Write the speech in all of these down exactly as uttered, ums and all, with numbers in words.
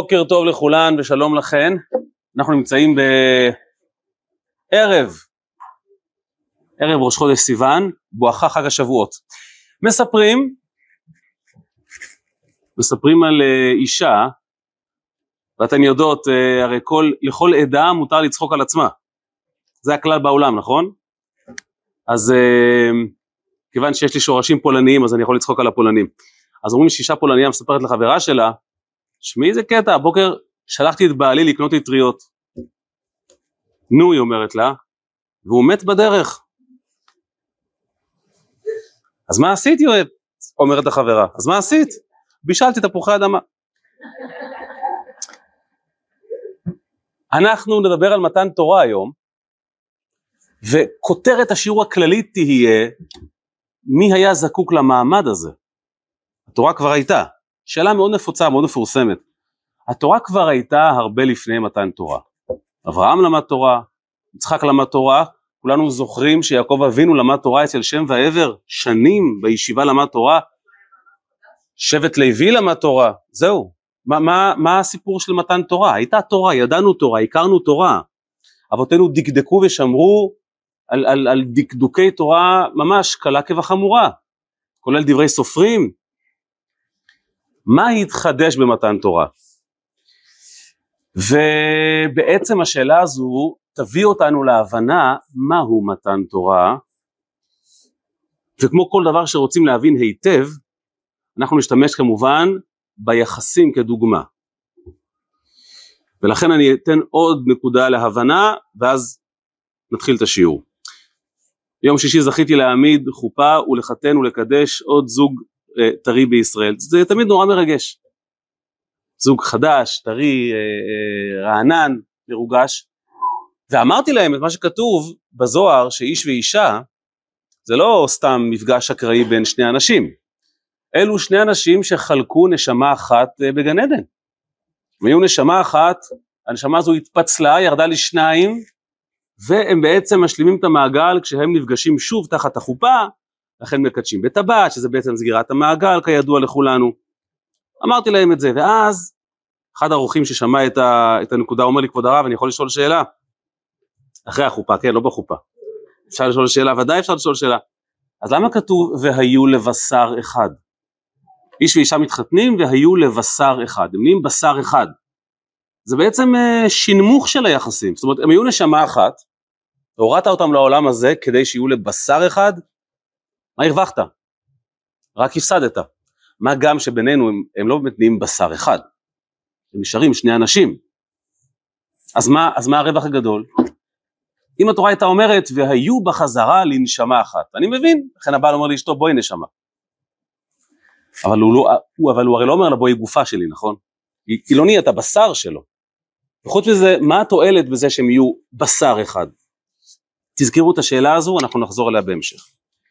בוקר טוב לכולן ושלום לכן. אנחנו נמצאים בערב, ערב ראש חודש סיוון, בואכה חג השבועות. מספרים, מספרים על אישה, ואתן יודעות, הרי כל, לכל עדה מותר לצחוק על עצמה. זה הכלל בעולם, נכון? אז כיוון שיש לי שורשים פולניים, אז אני יכול לצחוק על הפולנים. אז אומרים שאישה פולניה מספרת לחברה שלה, שמי זה קטע, הבוקר שלחתי את בעלי לקנות לי טריות. נו, היא אומרת לה, והוא מת בדרך. אז מה עשית, אומרת החברה? אז מה עשית? בישלתי תפוחי אדמה. אנחנו נדבר על מתן תורה היום, וכותרת השיעור הכללית תהיה, מי היה זקוק למעמד הזה? התורה כבר הייתה. שאלה מאוד נפוצה, מאוד מפורסמת. התורה כבר הייתה הרבה לפני מתן תורה. אברהם למד תורה, יצחק למד תורה, כולנו זוכרים שיעקב אבינו למד תורה אצל שם ועבר, שנים בישיבה למד תורה, שבט לוי למד תורה, זהו. מה, מה, מה הסיפור של מתן תורה? הייתה תורה, ידענו תורה, הכרנו תורה. אבותינו דקדקו ושמרו על, על, על דקדוקי תורה ממש קלה כבחמורה, כולל דברי סופרים. מה התחדש במתן תורה? ובעצם השאלה הזו תביא אותנו להבנה מהו מתן תורה, וכמו כל דבר שרוצים להבין היטב, אנחנו נשתמש כמובן ביחסים כדוגמה. ולכן אני אתן עוד נקודה להבנה, ואז נתחיל את השיעור. ביום שישי זכיתי להעמיד חופה ולחתן ולקדש עוד זוג טרי בישראל. זה תמיד נורא מרגש. זוג חדש, טרי, רענן, מרוגש. ואמרתי להם את מה שכתוב בזוהר, שאיש ואישה, זה לא סתם מפגש אקראי בין שני אנשים. אלו שני אנשים שחלקו נשמה אחת בגן עדן. הם היו נשמה אחת, הנשמה הזו התפצלה, ירדה לשניים, והם בעצם משלימים את המעגל כשהם נפגשים שוב תחת החופה, לכן מקדשים בטבעת, שזה בעצם סגירת המעגל, כידוע לכולנו. אמרתי להם את זה, ואז אחד הרוחים ששמע את, ה, את הנקודה אומר לי, כבוד הרב, אני יכול לשאול שאלה? אחרי החופה, כן, לא בחופה. אפשר לשאול שאלה, ודאי אפשר לשאול שאלה. אז למה כתוב, והיו לבשר אחד? איש ואישה מתחתנים, והיו לבשר אחד. הם נהיים בשר אחד. זה בעצם uh, שינמוך של היחסים. זאת אומרת, הם היו נשמה אחת, הורדת אותם לעולם הזה, כדי שיהיו לבשר אחד, מה הרווחת? רק הפסדת. מה גם שבינינו הם, הם לא באמת נהיים בשר אחד. הם נשארים שני אנשים. אז מה, אז מה הרווח הגדול? אם התורה הייתה אומרת, והיו בחזרה לנשמה אחת. אני מבין, לכן הבעל אומר לאשתו, בואי נשמה. אבל הוא, לא, הוא, אבל הוא הרי לא אומר לה, בואי גופה שלי, נכון? היא, היא לא נהיית הבשר שלו. וחוץ מזה, מה התועלת בזה שהם יהיו בשר אחד? תזכרו את השאלה הזו, אנחנו נחזור אליה בהמשך.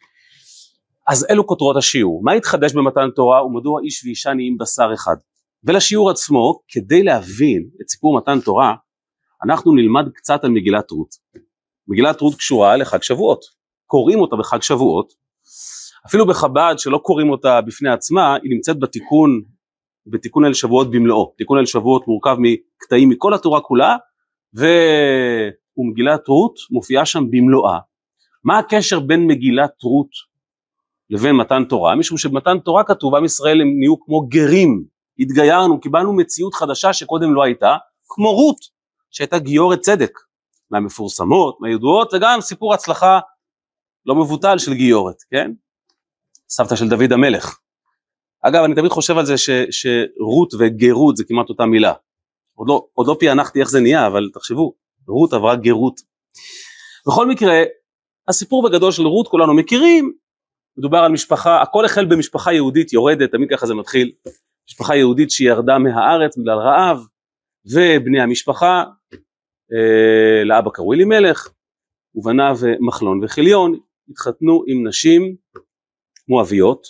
אז אלו כותרות השיעור. מה התחדש במתן תורה ומדוע איש ואישה נהיים בשר אחד? ולשיעור עצמו, כדי להבין את סיפור מתן תורה, אנחנו נלמד קצת על מגילת רות. מגילת רות קשורה לחג שבועות. קוראים אותה בחג שבועות. אפילו בחב"ד שלא קוראים אותה בפני עצמה, היא נמצאת בתיקון, בתיקון אל שבועות במלואו. תיקון אל שבועות מורכב מקטעים מכל התורה כולה, ו... ומגילת רות מופיעה שם במלואה. מה הקשר בין מגילת רות לבין מתן תורה? משום שבמתן תורה כתוב, עם ישראל הם נהיו כמו גרים, התגיירנו, קיבלנו מציאות חדשה שקודם לא הייתה, כמו רות, שהייתה גיורת צדק, מהמפורסמות, מהידועות, וגם סיפור הצלחה לא מבוטל של גיורת, כן? סבתא של דוד המלך. אגב, אני תמיד חושב על זה ש, שרות וגרות זה כמעט אותה מילה. עוד לא, עוד לא פענחתי איך זה נהיה, אבל תחשבו, רות עברה גרות. בכל מקרה, הסיפור בגדול של רות כולנו מכירים, מדובר על משפחה, הכל החל במשפחה יהודית יורדת, תמיד ככה זה מתחיל, משפחה יהודית שירדה מהארץ בגלל רעב, ובני המשפחה, אה, לאבא קראו אלימלך, ובניו מחלון וחיליון, התחתנו עם נשים מואביות,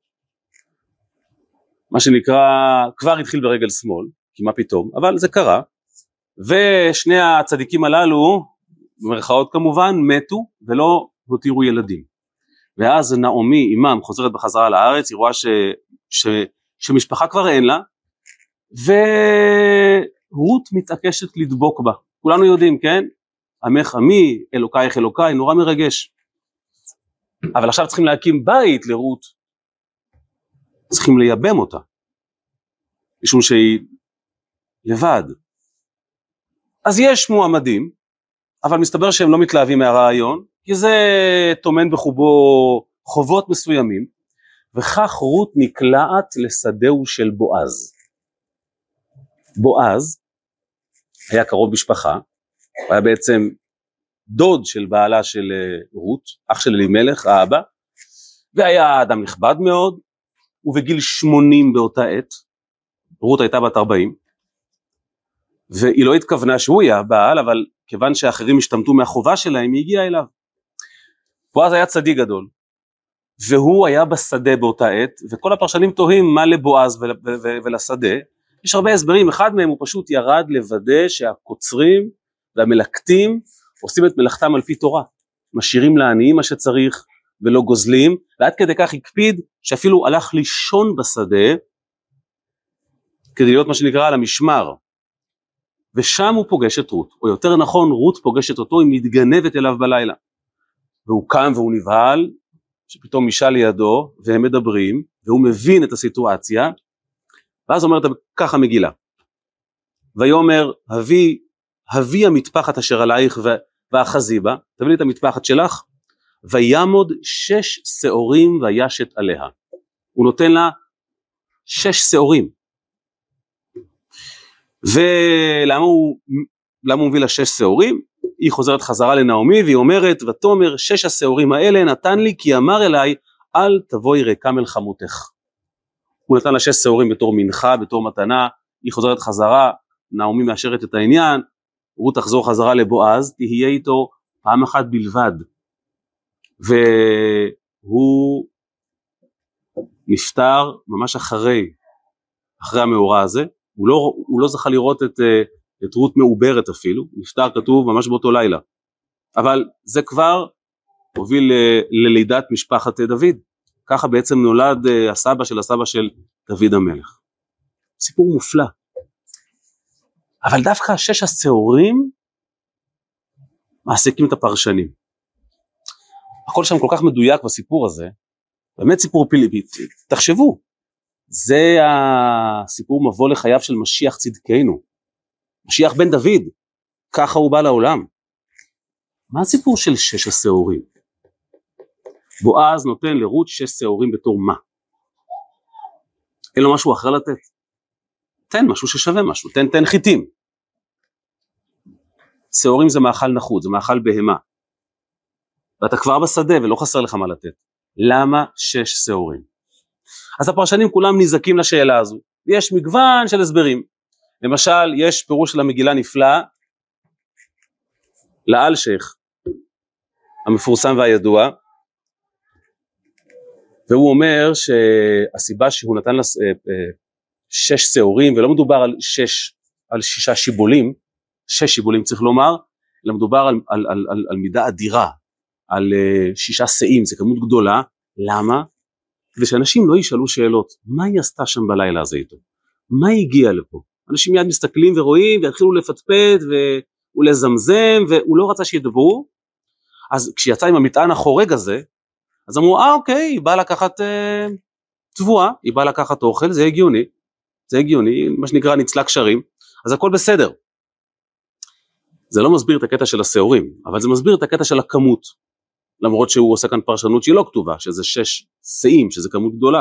מה שנקרא, כבר התחיל ברגל שמאל, כי מה פתאום, אבל זה קרה, ושני הצדיקים הללו, במרכאות כמובן, מתו ולא הותירו ילדים. ואז נעמי, אימם, חוזרת בחזרה לארץ, היא רואה ש, ש, שמשפחה כבר אין לה, ורות מתעקשת לדבוק בה, כולנו יודעים, כן? עמך עמי, אלוקייך אלוקיי, נורא מרגש. אבל עכשיו צריכים להקים בית לרות, צריכים לייבם אותה, משום שהיא לבד. אז יש מועמדים, אבל מסתבר שהם לא מתלהבים מהרעיון, כי זה תומן בחובו חובות מסוימים, וכך רות נקלעת לשדהו של בועז. בועז היה קרוב משפחה, הוא היה בעצם דוד של בעלה של רות, אח של אלימלך, האבא, והיה אדם נכבד מאוד, ובגיל שמונים באותה עת, רות הייתה בת ארבעים, והיא לא התכוונה שהוא יהיה הבעל, אבל כיוון שאחרים השתמטו מהחובה שלהם, היא הגיעה אליו. בועז היה צדיק גדול, והוא היה בשדה באותה עת, וכל הפרשנים תוהים מה לבועז ול, ול, ול, ולשדה. יש הרבה הסברים, אחד מהם הוא פשוט ירד לוודא שהקוצרים והמלקטים עושים את מלאכתם על פי תורה, משאירים לעניים מה שצריך ולא גוזלים, ועד כדי כך הקפיד שאפילו הלך לישון בשדה, כדי להיות מה שנקרא על המשמר, ושם הוא פוגש את רות, או יותר נכון רות פוגשת אותו, היא מתגנבת אליו בלילה, והוא קם והוא נבהל, שפתאום אישה לידו, והם מדברים, והוא מבין את הסיטואציה, ואז אומרת ככה מגילה, ויאמר הביא, הביא המטפחת אשר עלייך ואחזי בה, תביא לי את המטפחת שלך, וימוד שש שעורים וישת עליה, הוא נותן לה שש שעורים, ולמה הוא, למה הוא מביא לה שש שעורים? היא חוזרת חזרה לנעמי והיא אומרת, ותאמר שש השעורים האלה נתן לי כי אמר אליי אל תבואי ריקה מלחמותך. הוא נתן לה שש שעורים בתור מנחה, בתור מתנה, היא חוזרת חזרה, נעמי מאשרת את העניין, רות תחזור חזרה לבועז, תהיה איתו פעם אחת בלבד, והוא נפטר ממש אחרי, אחרי המאורע הזה, הוא לא, הוא לא זכה לראות את, את רות מעוברת אפילו, הוא נפטר כתוב ממש באותו לילה, אבל זה כבר הוביל ללידת משפחת דוד, ככה בעצם נולד הסבא של הסבא של דוד המלך. סיפור מופלא. אבל דווקא שש השעורים מעסיקים את הפרשנים. הכל שם כל כך מדויק בסיפור הזה, באמת סיפור פיליפית. תחשבו, זה הסיפור מבוא לחייו של משיח צדקנו, משיח בן דוד, ככה הוא בא לעולם. מה הסיפור של שש השעורים? בועז נותן לרות שש שעורים בתור מה? אין לו משהו אחר לתת? תן משהו ששווה משהו, תן, תן חיטים. שעורים זה מאכל נחות, זה מאכל בהמה. ואתה כבר בשדה ולא חסר לך מה לתת. למה שש שעורים? אז הפרשנים כולם נזקים לשאלה הזו. ויש מגוון של הסברים. למשל, יש פירוש של המגילה נפלא, לאלשיך, המפורסם והידוע, והוא אומר שהסיבה שהוא נתן לה שש שעורים, ולא מדובר על שש, על שישה שיבולים, שש שיבולים צריך לומר, אלא מדובר על, על, על, על, על מידה אדירה, על שישה שאים, זה כמות גדולה. למה? כדי שאנשים לא ישאלו שאלות, מה היא עשתה שם בלילה הזה איתו? מה היא הגיעה לפה? אנשים מיד מסתכלים ורואים, והתחילו לפטפט ולזמזם, והוא לא רצה שידברו, אז כשיצא עם המטען החורג הזה, אז אמרו, אה אוקיי, היא באה לקחת אה, תבואה, היא באה לקחת אוכל, זה הגיוני, זה הגיוני, מה שנקרא ניצלה קשרים, אז הכל בסדר. זה לא מסביר את הקטע של השעורים, אבל זה מסביר את הקטע של הכמות, למרות שהוא עושה כאן פרשנות שהיא לא כתובה, שזה שש שאים, שזה כמות גדולה.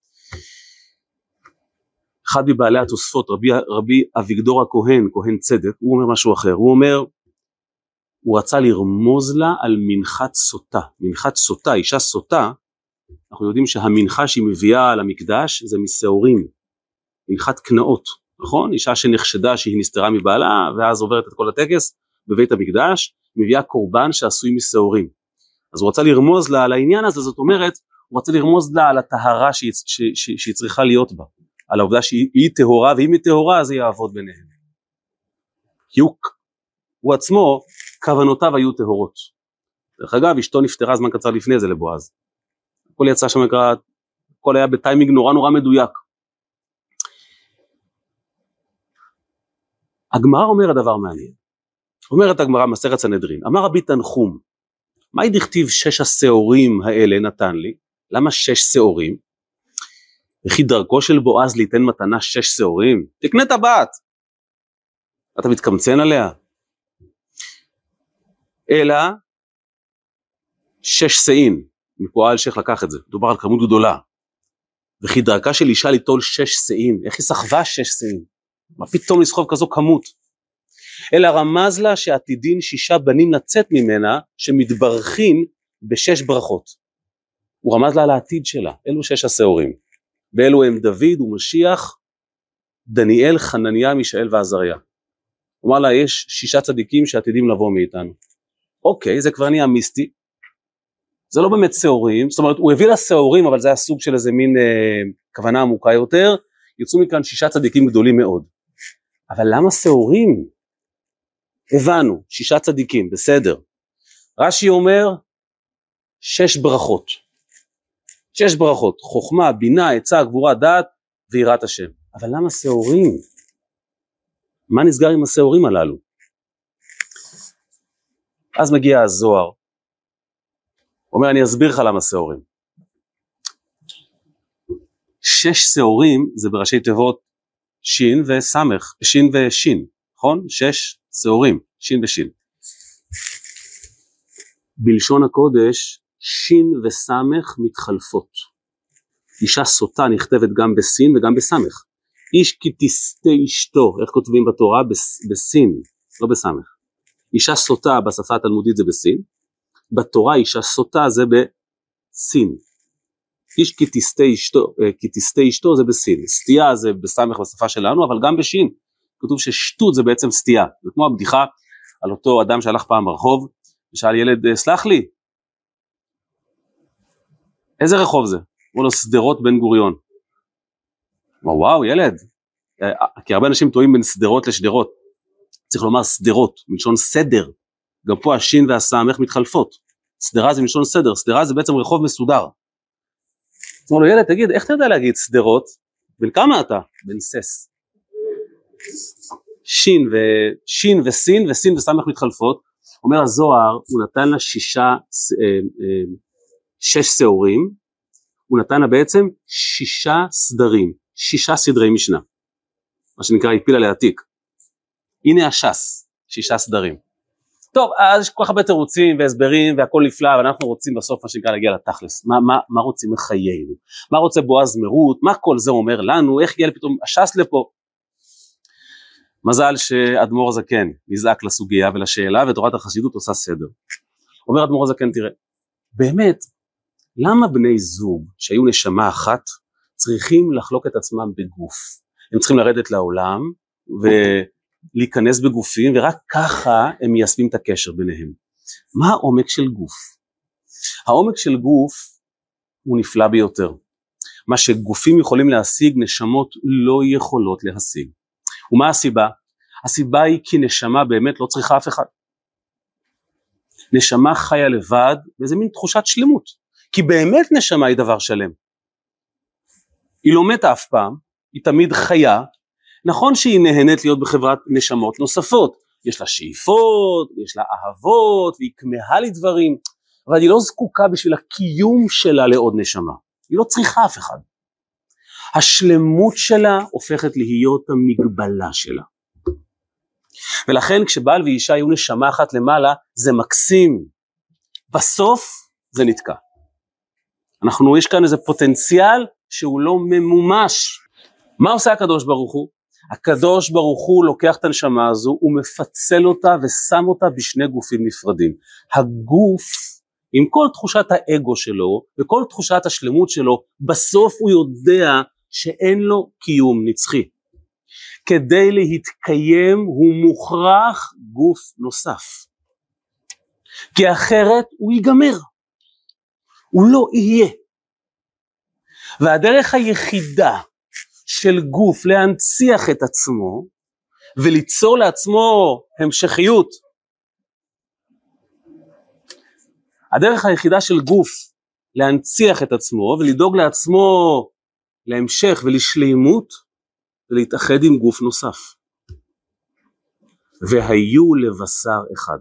אחד מבעלי התוספות, רבי, רבי אביגדור הכהן, כהן צדק, הוא אומר משהו אחר, הוא אומר, הוא רצה לרמוז לה על מנחת סוטה, מנחת סוטה, אישה סוטה, אנחנו יודעים שהמנחה שהיא מביאה על המקדש, זה משעורים, מנחת קנאות, נכון? אישה שנחשדה שהיא נסתרה מבעלה, ואז עוברת את כל הטקס בבית המקדש, מביאה קורבן שעשוי משעורים, אז הוא רצה לרמוז לה על העניין הזה, זאת אומרת, הוא רצה לרמוז לה על הטהרה שהיא, שהיא, שהיא, שהיא צריכה להיות בה, על העובדה שהיא טהורה, ואם היא טהורה אז היא יעבוד ביניהם. כי הוא, הוא עצמו, כוונותיו היו טהורות. דרך אגב, אשתו נפטרה זמן קצר לפני זה לבועז. הכל יצא שם, הכל היה בטיימינג נורא נורא מדויק. הגמרא אומרת דבר מעניין. אומרת הגמרא מסכת סנהדרין, אמר רבי תנחום, מהי דכתיב שש השעורים האלה נתן לי? למה שש שעורים? וכי דרכו של בועז ליתן מתנה שש שעורים? תקנה טבעת. אתה מתקמצן עליה? אלא שש שאים, מפה אלשיך לקח את זה, דובר על כמות גדולה. וכי דרכה של אישה ליטול שש שאים, איך היא סחבה שש שאים? מה פתאום לסחוב כזו כמות? אלא רמז לה שעתידין שישה בנים לצאת ממנה, שמתברכין בשש ברכות. הוא רמז לה על העתיד שלה, אלו שש השעורים. ואלו הם דוד ומשיח, דניאל, חנניה, מישאל ועזריה. הוא אמר לה, יש שישה צדיקים שעתידים לבוא מאיתנו. אוקיי, זה כבר נהיה מיסטי. זה לא באמת שעורים, זאת אומרת, הוא הביא לה שעורים, אבל זה היה סוג של איזה מין אה, כוונה עמוקה יותר. יוצאו מכאן שישה צדיקים גדולים מאוד. אבל למה שעורים? הבנו, שישה צדיקים, בסדר. רש"י אומר, שש ברכות. שש ברכות, חוכמה, בינה, עצה, גבורה, דעת ויראת השם. אבל למה שעורים? מה נסגר עם השעורים הללו? אז מגיע הזוהר. הוא אומר, אני אסביר לך למה שעורים. שש שעורים זה בראשי תיבות שין וסמך, שין ושין, נכון? שש שעורים, שין ושין. בלשון הקודש, שין וסמך מתחלפות. אישה סוטה נכתבת גם בסין וגם בסמך. איש כי תסתה אשתו, איך כותבים בתורה? בסין, לא בסמך. אישה סוטה בשפה התלמודית זה בסין, בתורה אישה סוטה זה בסין. איש כי תסתה אשתו, כי תסתה אשתו זה בסין. סטייה זה בסמך בשפה שלנו, אבל גם בשין. כתוב ששטות זה בעצם סטייה. זה כמו הבדיחה על אותו אדם שהלך פעם ברחוב, ושאל ילד, סלח לי, איזה רחוב זה? הוא לו שדרות בן גוריון. וואו, ילד. כי הרבה אנשים טועים בין שדרות לשדרות. צריך לומר שדרות, מלשון סדר. גם פה השין והסמך מתחלפות. סדרה זה מלשון סדר, סדרה זה בעצם רחוב מסודר. זאת אומרת לו, ילד, תגיד, איך אתה יודע להגיד סדרות? בין כמה אתה? בין סס. שין, ו... שין וסין, וסין וסמך מתחלפות. אומר הזוהר, הוא נתן לה שישה, שש שעורים, הוא נתן לה בעצם שישה סדרים, שישה סדרי משנה. מה שנקרא, הפילה להעתיק. הנה השס, שישה סדרים. טוב, אז יש כל כך הרבה תירוצים והסברים והכל נפלא, אבל אנחנו רוצים בסוף מה שנקרא להגיע לתכלס. מה, מה, מה רוצים לחיינו? מה רוצה בועז מרות? מה כל זה אומר לנו? איך הגיע פתאום השס לפה? מזל שאדמו"ר הזקן נזעק לסוגיה ולשאלה, ותורת החסידות עושה סדר. אומר אדמו"ר הזקן, תראה, באמת, למה בני זוג שהיו נשמה אחת צריכים לחלוק את עצמם בגוף? הם צריכים לרדת לעולם ולהיכנס בגופים, ורק ככה הם מיישמים את הקשר ביניהם. מה העומק של גוף? העומק של גוף הוא נפלא ביותר. מה שגופים יכולים להשיג, נשמות לא יכולות להשיג. ומה הסיבה? הסיבה היא כי נשמה באמת לא צריכה אף אחד. נשמה חיה לבד, וזה מין תחושת שלמות. כי באמת נשמה היא דבר שלם. היא לא מתה אף פעם, היא תמיד חיה. נכון שהיא נהנית להיות בחברת נשמות נוספות. יש לה שאיפות, יש לה אהבות, והיא כמהה לדברים, אבל היא לא זקוקה בשביל הקיום שלה לעוד נשמה. היא לא צריכה אף אחד. השלמות שלה הופכת להיות המגבלה שלה. ולכן כשבעל ואישה היו נשמה אחת למעלה, זה מקסים. בסוף זה נתקע. אנחנו, יש כאן איזה פוטנציאל שהוא לא ממומש. מה עושה הקדוש ברוך הוא? הקדוש ברוך הוא לוקח את הנשמה הזו, הוא מפצל אותה ושם אותה בשני גופים נפרדים. הגוף, עם כל תחושת האגו שלו, וכל תחושת השלמות שלו, בסוף הוא יודע שאין לו קיום נצחי. כדי להתקיים הוא מוכרח גוף נוסף. כי אחרת הוא ייגמר. הוא לא יהיה. והדרך היחידה של גוף להנציח את עצמו, וליצור לעצמו המשכיות, הדרך היחידה של גוף להנציח את עצמו, ולדאוג לעצמו להמשך ולשלימות, ולהתאחד עם גוף נוסף. והיו לבשר אחד.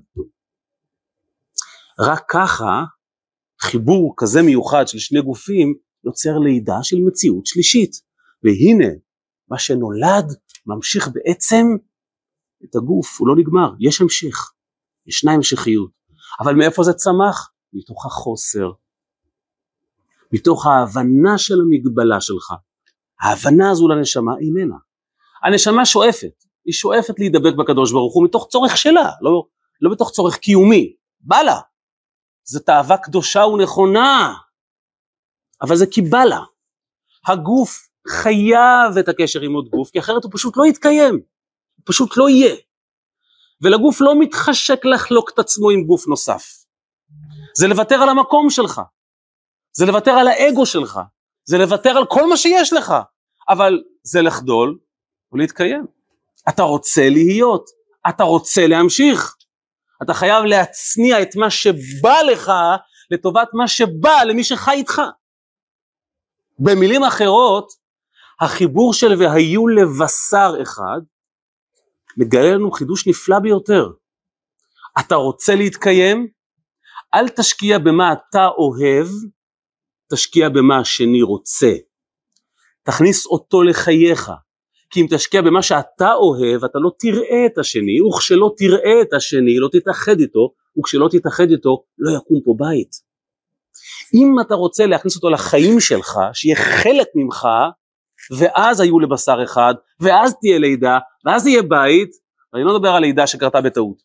רק ככה חיבור כזה מיוחד של שני גופים יוצר לידה של מציאות שלישית, והנה מה שנולד ממשיך בעצם את הגוף, הוא לא נגמר, יש המשך, ישנה המשכיות, אבל מאיפה זה צמח? מתוך החוסר, מתוך ההבנה של המגבלה שלך. ההבנה הזו לנשמה איננה, הנשמה שואפת, היא שואפת להידבק בקדוש ברוך הוא מתוך צורך שלה, לא, לא בתוך צורך קיומי, בא לה, זו תאווה קדושה ונכונה, אבל זה כי בא לה. הגוף חייב את הקשר עם עוד גוף, כי אחרת הוא פשוט לא יתקיים, הוא פשוט לא יהיה, ולגוף לא מתחשק לחלוק את עצמו עם גוף נוסף, זה לוותר על המקום שלך, זה לוותר על האגו שלך, זה לוותר על כל מה שיש לך, אבל זה לחדול ולהתקיים. אתה רוצה להיות, אתה רוצה להמשיך, אתה חייב להצניע את מה שבא לך לטובת מה שבא למי שחי איתך. במילים אחרות, החיבור של והיו לבשר אחד מגלה לנו חידוש נפלא ביותר. אתה רוצה להתקיים, אל תשקיע במה אתה אוהב, תשקיע במה השני רוצה. תכניס אותו לחייך, כי אם תשקיע במה שאתה אוהב, אתה לא תראה את השני, וכשלא תראה את השני, לא תתאחד איתו, וכשלא תתאחד איתו, לא יקום פה בית. אם אתה רוצה להכניס אותו לחיים שלך, שיהיה חלק ממך, ואז היו לבשר אחד, ואז תהיה לידה, ואז יהיה בית, ואני לא מדבר על לידה שקרתה בטעות.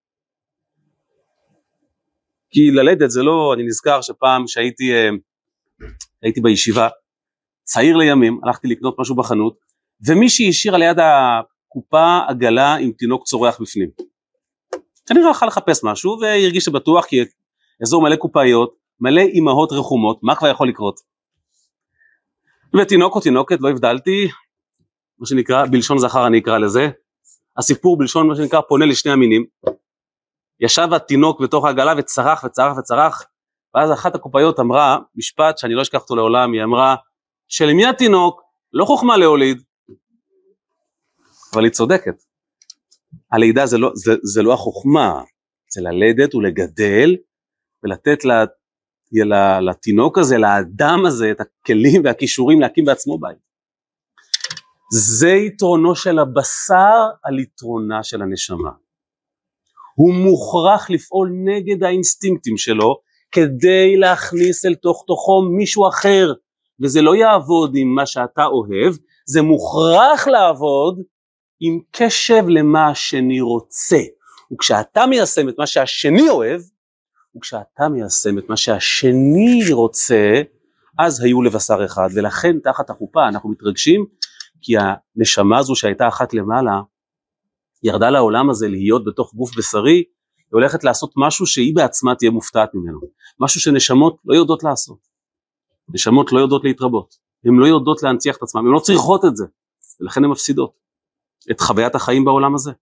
כי ללדת זה לא, אני נזכר שפעם שהייתי הייתי בישיבה, צעיר לימים, הלכתי לקנות משהו בחנות, ומישהי השאירה ליד הקופה עגלה עם תינוק צורח בפנים. כנראה הלכה לחפש משהו, והרגיש שבטוח, כי אזור מלא קופאיות, מלא אימהות רחומות, מה כבר יכול לקרות? ותינוק או תינוקת, לא הבדלתי, מה שנקרא, בלשון זכר אני אקרא לזה, הסיפור בלשון מה שנקרא פונה לשני המינים, ישב התינוק בתוך העגלה וצרח וצרח וצרח, ואז אחת הקופאיות אמרה, משפט שאני לא אשכח אותו לעולם, היא אמרה, שלמי התינוק, לא חוכמה להוליד, אבל היא צודקת, הלידה זה לא, זה, זה לא החוכמה, זה ללדת ולגדל, ולתת לתינוק הזה, לאדם הזה, את הכלים והכישורים להקים בעצמו בית. זה יתרונו של הבשר על יתרונה של הנשמה. הוא מוכרח לפעול נגד האינסטינקטים שלו, כדי להכניס אל תוך תוכו מישהו אחר, וזה לא יעבוד עם מה שאתה אוהב, זה מוכרח לעבוד עם קשב למה השני רוצה. וכשאתה מיישם את מה שהשני אוהב, וכשאתה מיישם את מה שהשני רוצה, אז היו לבשר אחד, ולכן תחת החופה אנחנו מתרגשים, כי הנשמה הזו שהייתה אחת למעלה, ירדה לעולם הזה להיות בתוך גוף בשרי, היא הולכת לעשות משהו שהיא בעצמה תהיה מופתעת ממנו, משהו שנשמות לא יודעות לעשות, נשמות לא יודעות להתרבות, הן לא יודעות להנציח את עצמם, הן לא צריכות את זה, ולכן הן מפסידות את חוויית החיים בעולם הזה.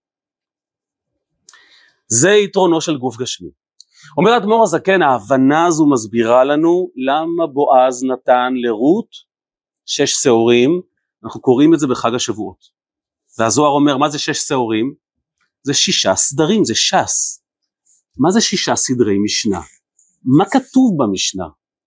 זה יתרונו של גוף גשמי. אומר אדמו"ר הזקן, ההבנה הזו מסבירה לנו למה בועז נתן לרות שש שעורים, אנחנו קוראים את זה בחג השבועות. והזוהר אומר, מה זה שש שעורים? זה שישה סדרים, זה ש"ס. מה זה שישה סדרי משנה? מה כתוב במשנה?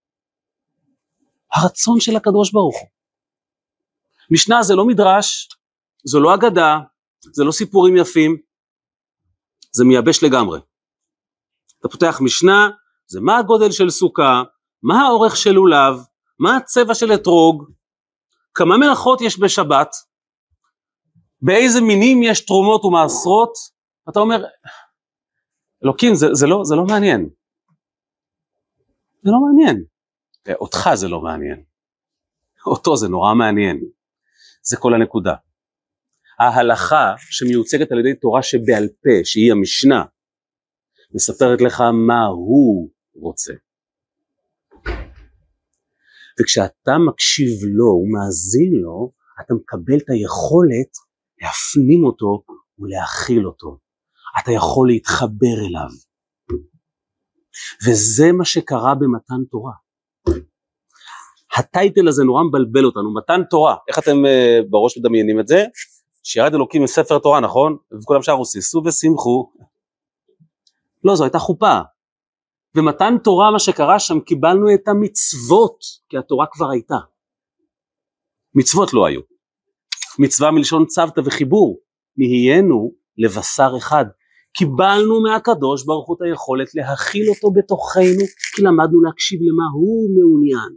הרצון של הקדוש ברוך הוא. משנה זה לא מדרש, זה לא אגדה, זה לא סיפורים יפים, זה מייבש לגמרי. אתה פותח משנה, זה מה הגודל של סוכה, מה האורך של לולב, מה הצבע של אתרוג, כמה מלאכות יש בשבת, באיזה מינים יש תרומות ומעשרות, אתה אומר, אלוקים, זה, זה, לא, זה לא מעניין. זה לא מעניין. אותך זה לא מעניין. אותו זה נורא מעניין. זה כל הנקודה. ההלכה שמיוצגת על ידי תורה שבעל פה, שהיא המשנה, מספרת לך מה הוא רוצה. וכשאתה מקשיב לו ומאזין לו, אתה מקבל את היכולת להפנים אותו ולהכיל אותו. אתה יכול להתחבר אליו. וזה מה שקרה במתן תורה. הטייטל הזה נורא מבלבל אותנו, מתן תורה. איך אתם uh, בראש מדמיינים את זה? שירד אלוקים מספר תורה, נכון? וכולם שרו שישו ושמחו. לא, זו הייתה חופה. ומתן תורה, מה שקרה שם, קיבלנו את המצוות, כי התורה כבר הייתה. מצוות לא היו. מצווה מלשון צוותא וחיבור. נהיינו לבשר אחד. קיבלנו מהקדוש ברוך הוא את היכולת להכיל אותו בתוכנו, כי למדנו להקשיב למה הוא מעוניין.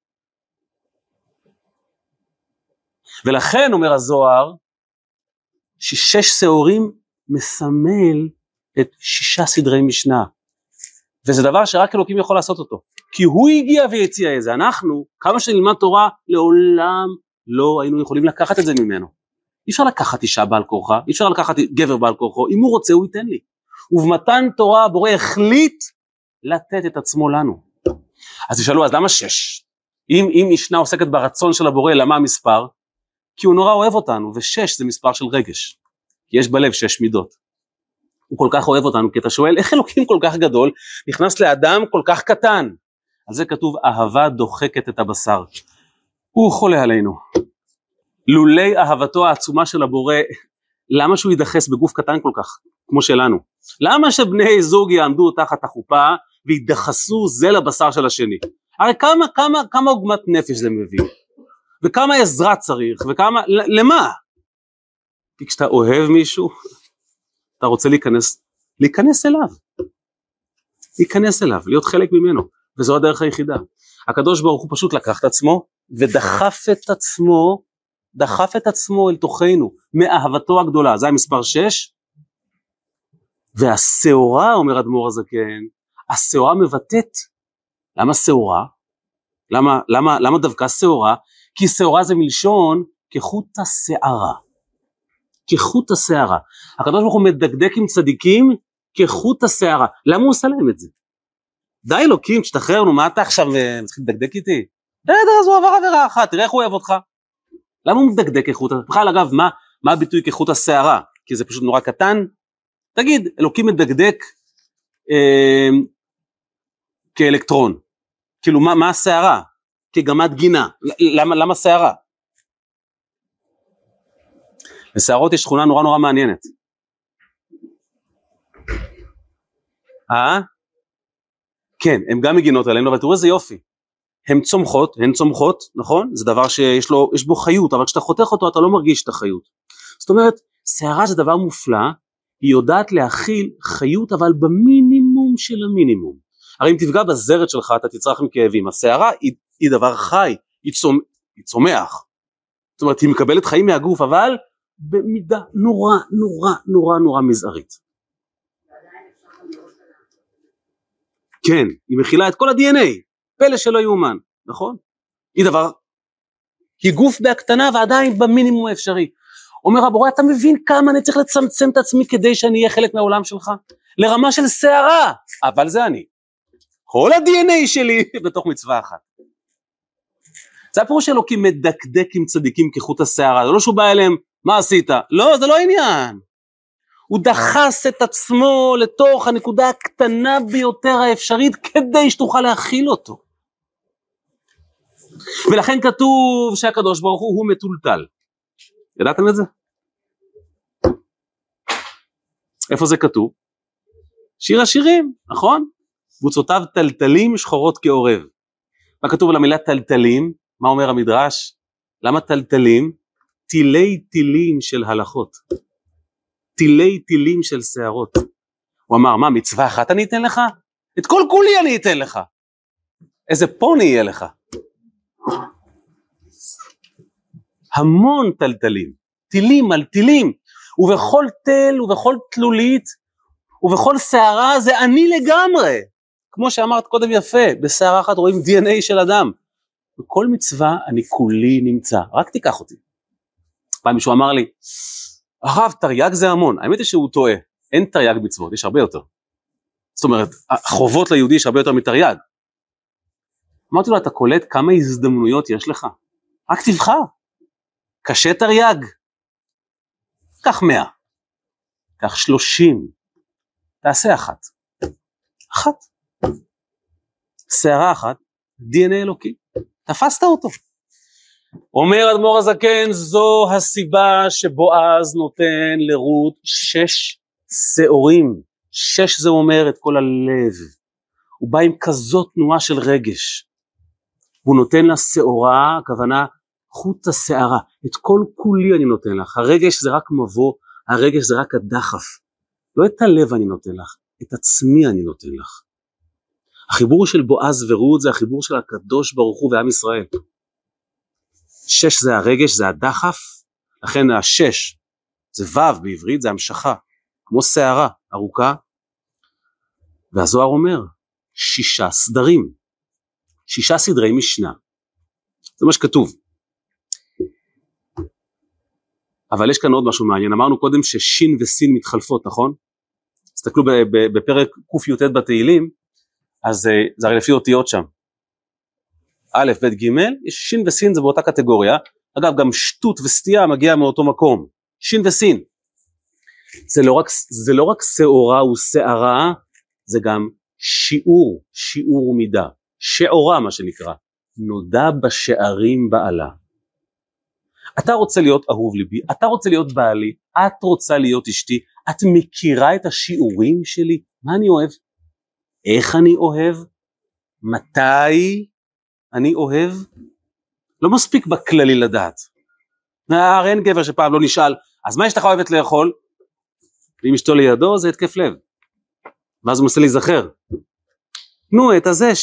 ולכן אומר הזוהר, ששש שעורים מסמל את שישה סדרי משנה. וזה דבר שרק אלוקים יכול לעשות אותו. כי הוא הגיע והציע את זה. אנחנו, כמה שנלמד תורה, לעולם לא היינו יכולים לקחת את זה ממנו. אי אפשר לקחת אישה בעל כורחה, אי אפשר לקחת גבר בעל כורחו, אם הוא רוצה הוא ייתן לי. ובמתן תורה הבורא החליט לתת את עצמו לנו. אז תשאלו, אז למה שש? אם, אם משנה עוסקת ברצון של הבורא, למה המספר? כי הוא נורא אוהב אותנו, ושש זה מספר של רגש. כי יש בלב שש מידות. הוא כל כך אוהב אותנו, כי אתה שואל, איך אלוקים כל כך גדול, נכנס לאדם כל כך קטן? על זה כתוב, אהבה דוחקת את הבשר. הוא חולה עלינו. לולי אהבתו העצומה של הבורא, למה שהוא ידחס בגוף קטן כל כך, כמו שלנו? למה שבני זוג יעמדו תחת החופה, וידחסו זה לבשר של השני? הרי כמה, כמה, כמה עוגמת נפש זה מביא? וכמה עזרה צריך, וכמה, למה? כי כשאתה אוהב מישהו, אתה רוצה להיכנס, להיכנס אליו. להיכנס אליו, להיות חלק ממנו, וזו הדרך היחידה. הקדוש ברוך הוא פשוט לקח את עצמו, ודחף את עצמו, דחף את עצמו אל תוכנו, מאהבתו הגדולה, זה המספר שש, והשעורה, אומר אדמו"ר הזקן, השעורה מבטאת, למה שעורה? למה, למה, למה דווקא שעורה? כי שעורה זה מלשון כחוט השערה, כחוט השערה, הקדוש ברוך הוא מדקדק עם צדיקים כחוט השערה, למה הוא עושה להם את זה? די אלוקים, תשתחררנו, מה אתה עכשיו מתחיל לדקדק איתי? בסדר, אז הוא עבר עבירה אחת, תראה איך הוא אוהב אותך. למה הוא מדקדק כחוט? בכלל אגב, מה, מה הביטוי כחוט השערה? כי זה פשוט נורא קטן? תגיד, אלוקים מדקדק אה, כאלקטרון. כאילו, מה, מה השערה? כגמת גינה. למה, למה שערה? לשערות יש שכונה נורא נורא מעניינת. אה? כן, הן גם מגינות עלינו, אבל תראו איזה יופי. הן צומחות, הן צומחות, נכון? זה דבר שיש לו, יש בו חיות, אבל כשאתה חותך אותו אתה לא מרגיש את החיות. זאת אומרת, שערה זה דבר מופלא, היא יודעת להכיל חיות, אבל במינימום של המינימום. הרי אם תפגע בזרת שלך, אתה תצרח עם כאבים. השערה היא, היא דבר חי, היא, צומ, היא צומח. זאת אומרת, היא מקבלת חיים מהגוף, אבל במידה נורא, נורא, נורא, נורא מזערית. כן, היא מכילה את כל ה-די אן איי, פלא שלא יאומן, נכון? היא דבר, היא גוף בהקטנה ועדיין במינימום האפשרי. אומר הבורא, אתה מבין כמה אני צריך לצמצם את עצמי כדי שאני אהיה חלק מהעולם שלך? לרמה של שערה, אבל זה אני. כל ה-די אן איי שלי בתוך מצווה אחת. זה הפירוש שאלוקים מדקדק עם צדיקים כחוט השערה, זה לא שהוא בא אליהם, מה עשית? לא, זה לא עניין. הוא דחס את עצמו לתוך הנקודה הקטנה ביותר האפשרית, כדי שתוכל להכיל אותו. ולכן כתוב שהקדוש ברוך הוא הוא מטולטל. ידעתם את זה? איפה זה כתוב? שיר השירים, נכון? קבוצותיו טלטלים שחורות כעורב. מה כתוב על המילה טלטלים? מה אומר המדרש? למה טלטלים? טילי טילים של הלכות. טילי טילים של שערות. הוא אמר, מה, מצווה אחת אני אתן לך? את כל כולי אני אתן לך. איזה פוני יהיה לך. המון טלטלים, טילים על טילים, ובכל תל ובכל תלולית, ובכל שערה זה אני לגמרי. כמו שאמרת קודם יפה, בשערה אחת רואים די אן איי של אדם. בכל מצווה אני כולי נמצא, רק תיקח אותי. פעם מישהו אמר לי, הרב, תרי"ג זה המון. האמת היא שהוא טועה, אין תרי"ג מצוות, יש הרבה יותר. זאת אומרת, החובות ליהודי יש הרבה יותר מתרי"ג. אמרתי לו, אתה קולט כמה הזדמנויות יש לך? רק תבחר. קשה תרי"ג. קח מאה. קח שלושים. תעשה אחת. אחת. שערה אחת, די אן איי אלוקי. תפסת אותו. אומר אדמו"ר הזקן, זו הסיבה שבועז נותן לרות שש שעורים. שש זה אומר את כל הלב. הוא בא עם כזאת תנועה של רגש. הוא נותן לה שעורה, הכוונה חוט השערה. את כל כולי אני נותן לך. הרגש זה רק מבוא, הרגש זה רק הדחף. לא את הלב אני נותן לך, את עצמי אני נותן לך. החיבור של בועז ורות זה החיבור של הקדוש ברוך הוא ועם ישראל. שש זה הרגש, זה הדחף, לכן השש זה וו בעברית, זה המשכה, כמו שערה ארוכה, והזוהר אומר, שישה סדרים, שישה סדרי משנה, זה מה שכתוב. אבל יש כאן עוד משהו מעניין, אמרנו קודם ששין וסין מתחלפות, נכון? תסתכלו בפרק ק"י בתהילים, אז זה הרי לפי אותיות שם, א', ב', ג', יש שין וסין זה באותה קטגוריה, אגב גם שטות וסטייה מגיע מאותו מקום, שין וסין, זה לא רק, זה לא רק שעורה ושערה, זה גם שיעור, שיעור ומידה, שעורה מה שנקרא, נודע בשערים בעלה. אתה רוצה להיות אהוב ליבי, אתה רוצה להיות בעלי, את רוצה להיות אשתי, את מכירה את השיעורים שלי, מה אני אוהב? איך אני אוהב? מתי אני אוהב? לא מספיק בכללי לדעת. הרי אין גבר שפעם לא נשאל, אז מה יש לך אוהבת לאכול? ואם אשתו לידו זה התקף לב. ואז הוא מנסה להיזכר. נו, את הזה,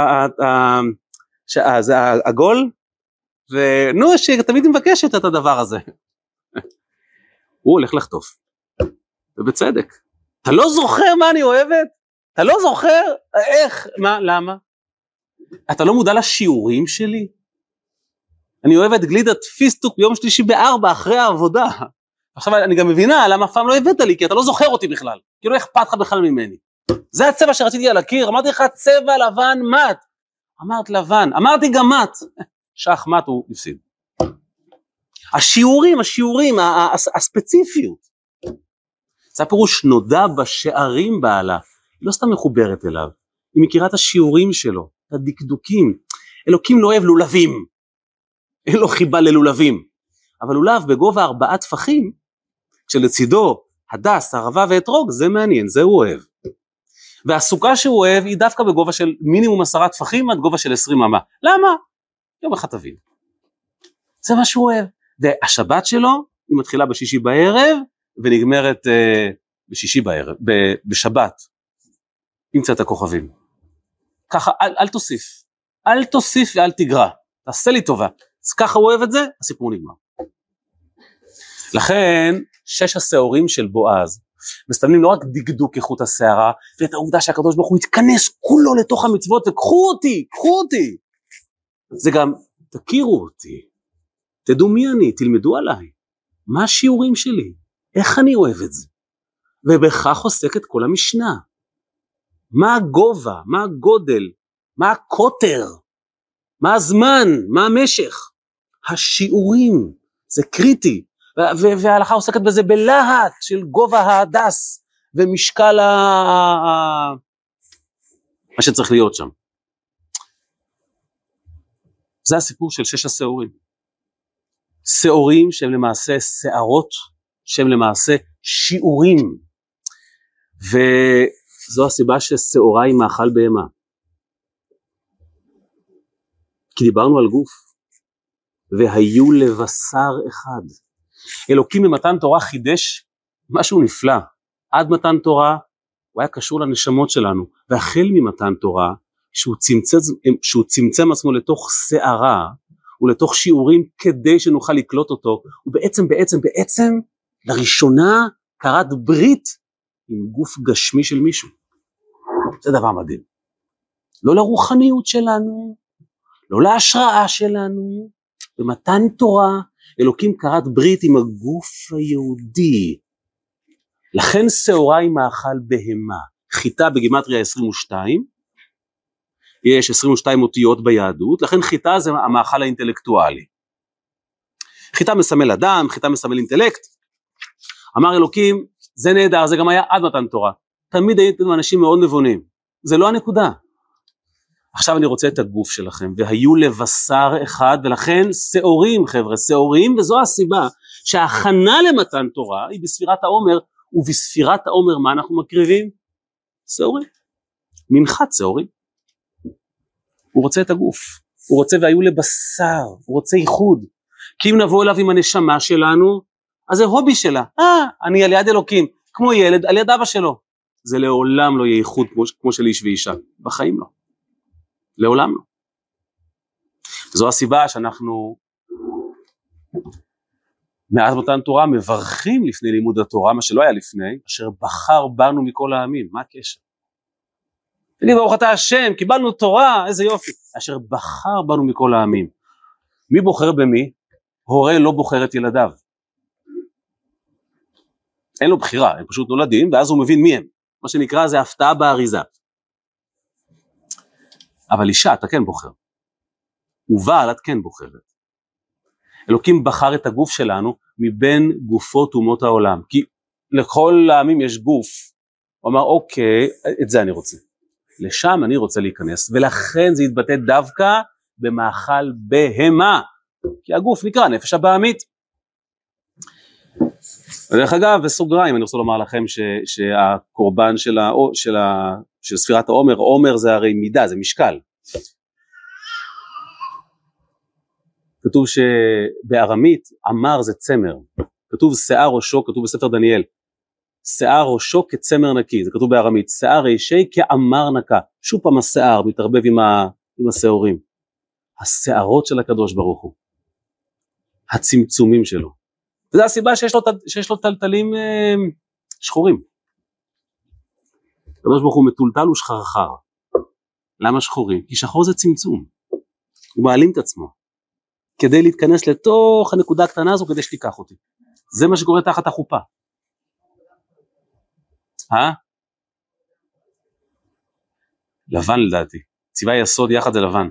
שזה העגול, ונו, שתמיד מבקשת את הדבר הזה. הוא הולך לחטוף. ובצדק. אתה לא זוכר מה אני אוהבת? אתה לא זוכר? איך? מה? למה? אתה לא מודע לשיעורים שלי? אני אוהבת גלידת פיסטוק ביום שלישי בארבע אחרי העבודה. עכשיו אני גם מבינה למה אף פעם לא הבאת לי, כי אתה לא זוכר אותי בכלל. כי לא אכפת לך בכלל ממני. זה הצבע שרציתי על הקיר, אמרתי לך צבע לבן מת. אמרת לבן, אמרתי גם מת. שח מת הוא הפסיד. השיעורים, השיעורים, הספציפיות. זה הפירוש נודע בשערים בעלה. היא לא סתם מחוברת אליו. היא מכירה את השיעורים שלו, את הדקדוקים. אלוקים לא אוהב לולבים. אין לו חיבה ללולבים. אבל לולב בגובה ארבעה טפחים, כשלצידו הדס, הערבה ואתרוג, זה מעניין, זה הוא אוהב. והסוכה שהוא אוהב היא דווקא בגובה של מינימום עשרה טפחים עד גובה של עשרים אמה. למה? יום אחד תבין. זה מה שהוא אוהב. והשבת שלו היא מתחילה בשישי בערב ונגמרת uh, בשישי בערב, ב- בשבת. עם קצת הכוכבים. ככה, אל, אל תוסיף. אל תוסיף ואל תגרע. תעשה לי טובה. אז ככה הוא אוהב את זה, הסיפור נגמר. לכן, שש השעורים של בועז, מסתמנים לא רק דקדוק איכות השערה, ואת העובדה שהקדוש ברוך הוא יתכנס כולו לתוך המצוות, וקחו אותי, קחו אותי. זה גם, תכירו אותי, תדעו מי אני, תלמדו עליי, מה השיעורים שלי, איך אני אוהב את זה, ובכך עוסקת כל המשנה. מה הגובה, מה הגודל, מה הקוטר, מה הזמן, מה המשך, השיעורים, זה קריטי, וההלכה עוסקת בזה בלהט של גובה ההדס ומשקל ה... מה שצריך להיות שם. זה הסיפור של שש השעורים. שעורים שהם למעשה שערות, שהם למעשה שיעורים. וזו הסיבה ששעורה היא מאכל בהמה. כי דיברנו על גוף. והיו לבשר אחד. אלוקים במתן תורה חידש משהו נפלא. עד מתן תורה הוא היה קשור לנשמות שלנו, והחל ממתן תורה, שהוא צמצם, שהוא צמצם עצמו לתוך שערה, ולתוך שיעורים כדי שנוכל לקלוט אותו, הוא בעצם בעצם בעצם לראשונה קראת ברית עם גוף גשמי של מישהו. זה דבר מדהים. לא לרוחניות שלנו, לא להשראה שלנו, במתן תורה, אלוקים קראת ברית עם הגוף היהודי. לכן שעורה היא מאכל בהמה. חיטה בגימטריה עשרים ושתיים, יש עשרים ושתיים אותיות ביהדות, לכן חיטה זה המאכל האינטלקטואלי. חיטה מסמל אדם, חיטה מסמל אינטלקט. אמר אלוקים, זה נהדר, זה גם היה עד מתן תורה. תמיד הייתם אנשים מאוד נבונים. זה לא הנקודה. עכשיו אני רוצה את הגוף שלכם, והיו לבשר אחד, ולכן שעורים חבר'ה, שעורים, וזו הסיבה שההכנה למתן תורה היא בספירת העומר, ובספירת העומר מה אנחנו מקריבים? שעורים, מנחת שעורים. הוא רוצה את הגוף, הוא רוצה והיו לבשר, הוא רוצה ייחוד, כי אם נבוא אליו עם הנשמה שלנו, אז זה הובי שלה, אה, אני על יד אלוקים, כמו ילד על יד אבא שלו, זה לעולם לא יהיה ייחוד כמו, כמו של איש ואישה, בחיים לא, לעולם לא. וזו הסיבה שאנחנו מאז מתן תורה מברכים לפני לימוד התורה, מה שלא היה לפני, אשר בחר בנו מכל העמים, מה הקשר? תגיד ברוך אתה השם, קיבלנו תורה, איזה יופי, אשר בחר בנו מכל העמים. מי בוחר במי? הורה לא בוחר את ילדיו. אין לו בחירה, הם פשוט נולדים, ואז הוא מבין מי הם. מה שנקרא זה הפתעה באריזה. אבל אישה, אתה כן בוחר. ובעל, את כן בוחרת. אלוקים בחר את הגוף שלנו מבין גופות אומות העולם. כי לכל העמים יש גוף. הוא אמר, אוקיי, את זה אני רוצה. לשם אני רוצה להיכנס, ולכן זה יתבטא דווקא במאכל בהמה. כי הגוף נקרא נפש הבהמית. ודרך אגב, בסוגריים, אני רוצה לומר לכם ש, שהקורבן של, ה, של, ה, של ספירת העומר, עומר זה הרי מידה, זה משקל. כתוב שבארמית, עמר זה צמר. כתוב שיער ראשו, כתוב בספר דניאל. שיער ראשו כצמר נקי, זה כתוב בארמית. שיער ראשי כעמר נקה. שוב פעם השיער מתערבב עם, ה, עם השעורים. השערות של הקדוש ברוך הוא. הצמצומים שלו. וזו הסיבה שיש לו, שיש לו טלטלים אה, שחורים. הקדוש ברוך הוא מטולטל ושחרחר. למה שחורים? כי שחור זה צמצום. הוא מעלים את עצמו. כדי להתכנס לתוך הנקודה הקטנה הזו, כדי שתיקח אותי. זה מה שקורה תחת החופה. אה? לבן לדעתי. צבעי יסוד יחד זה לבן.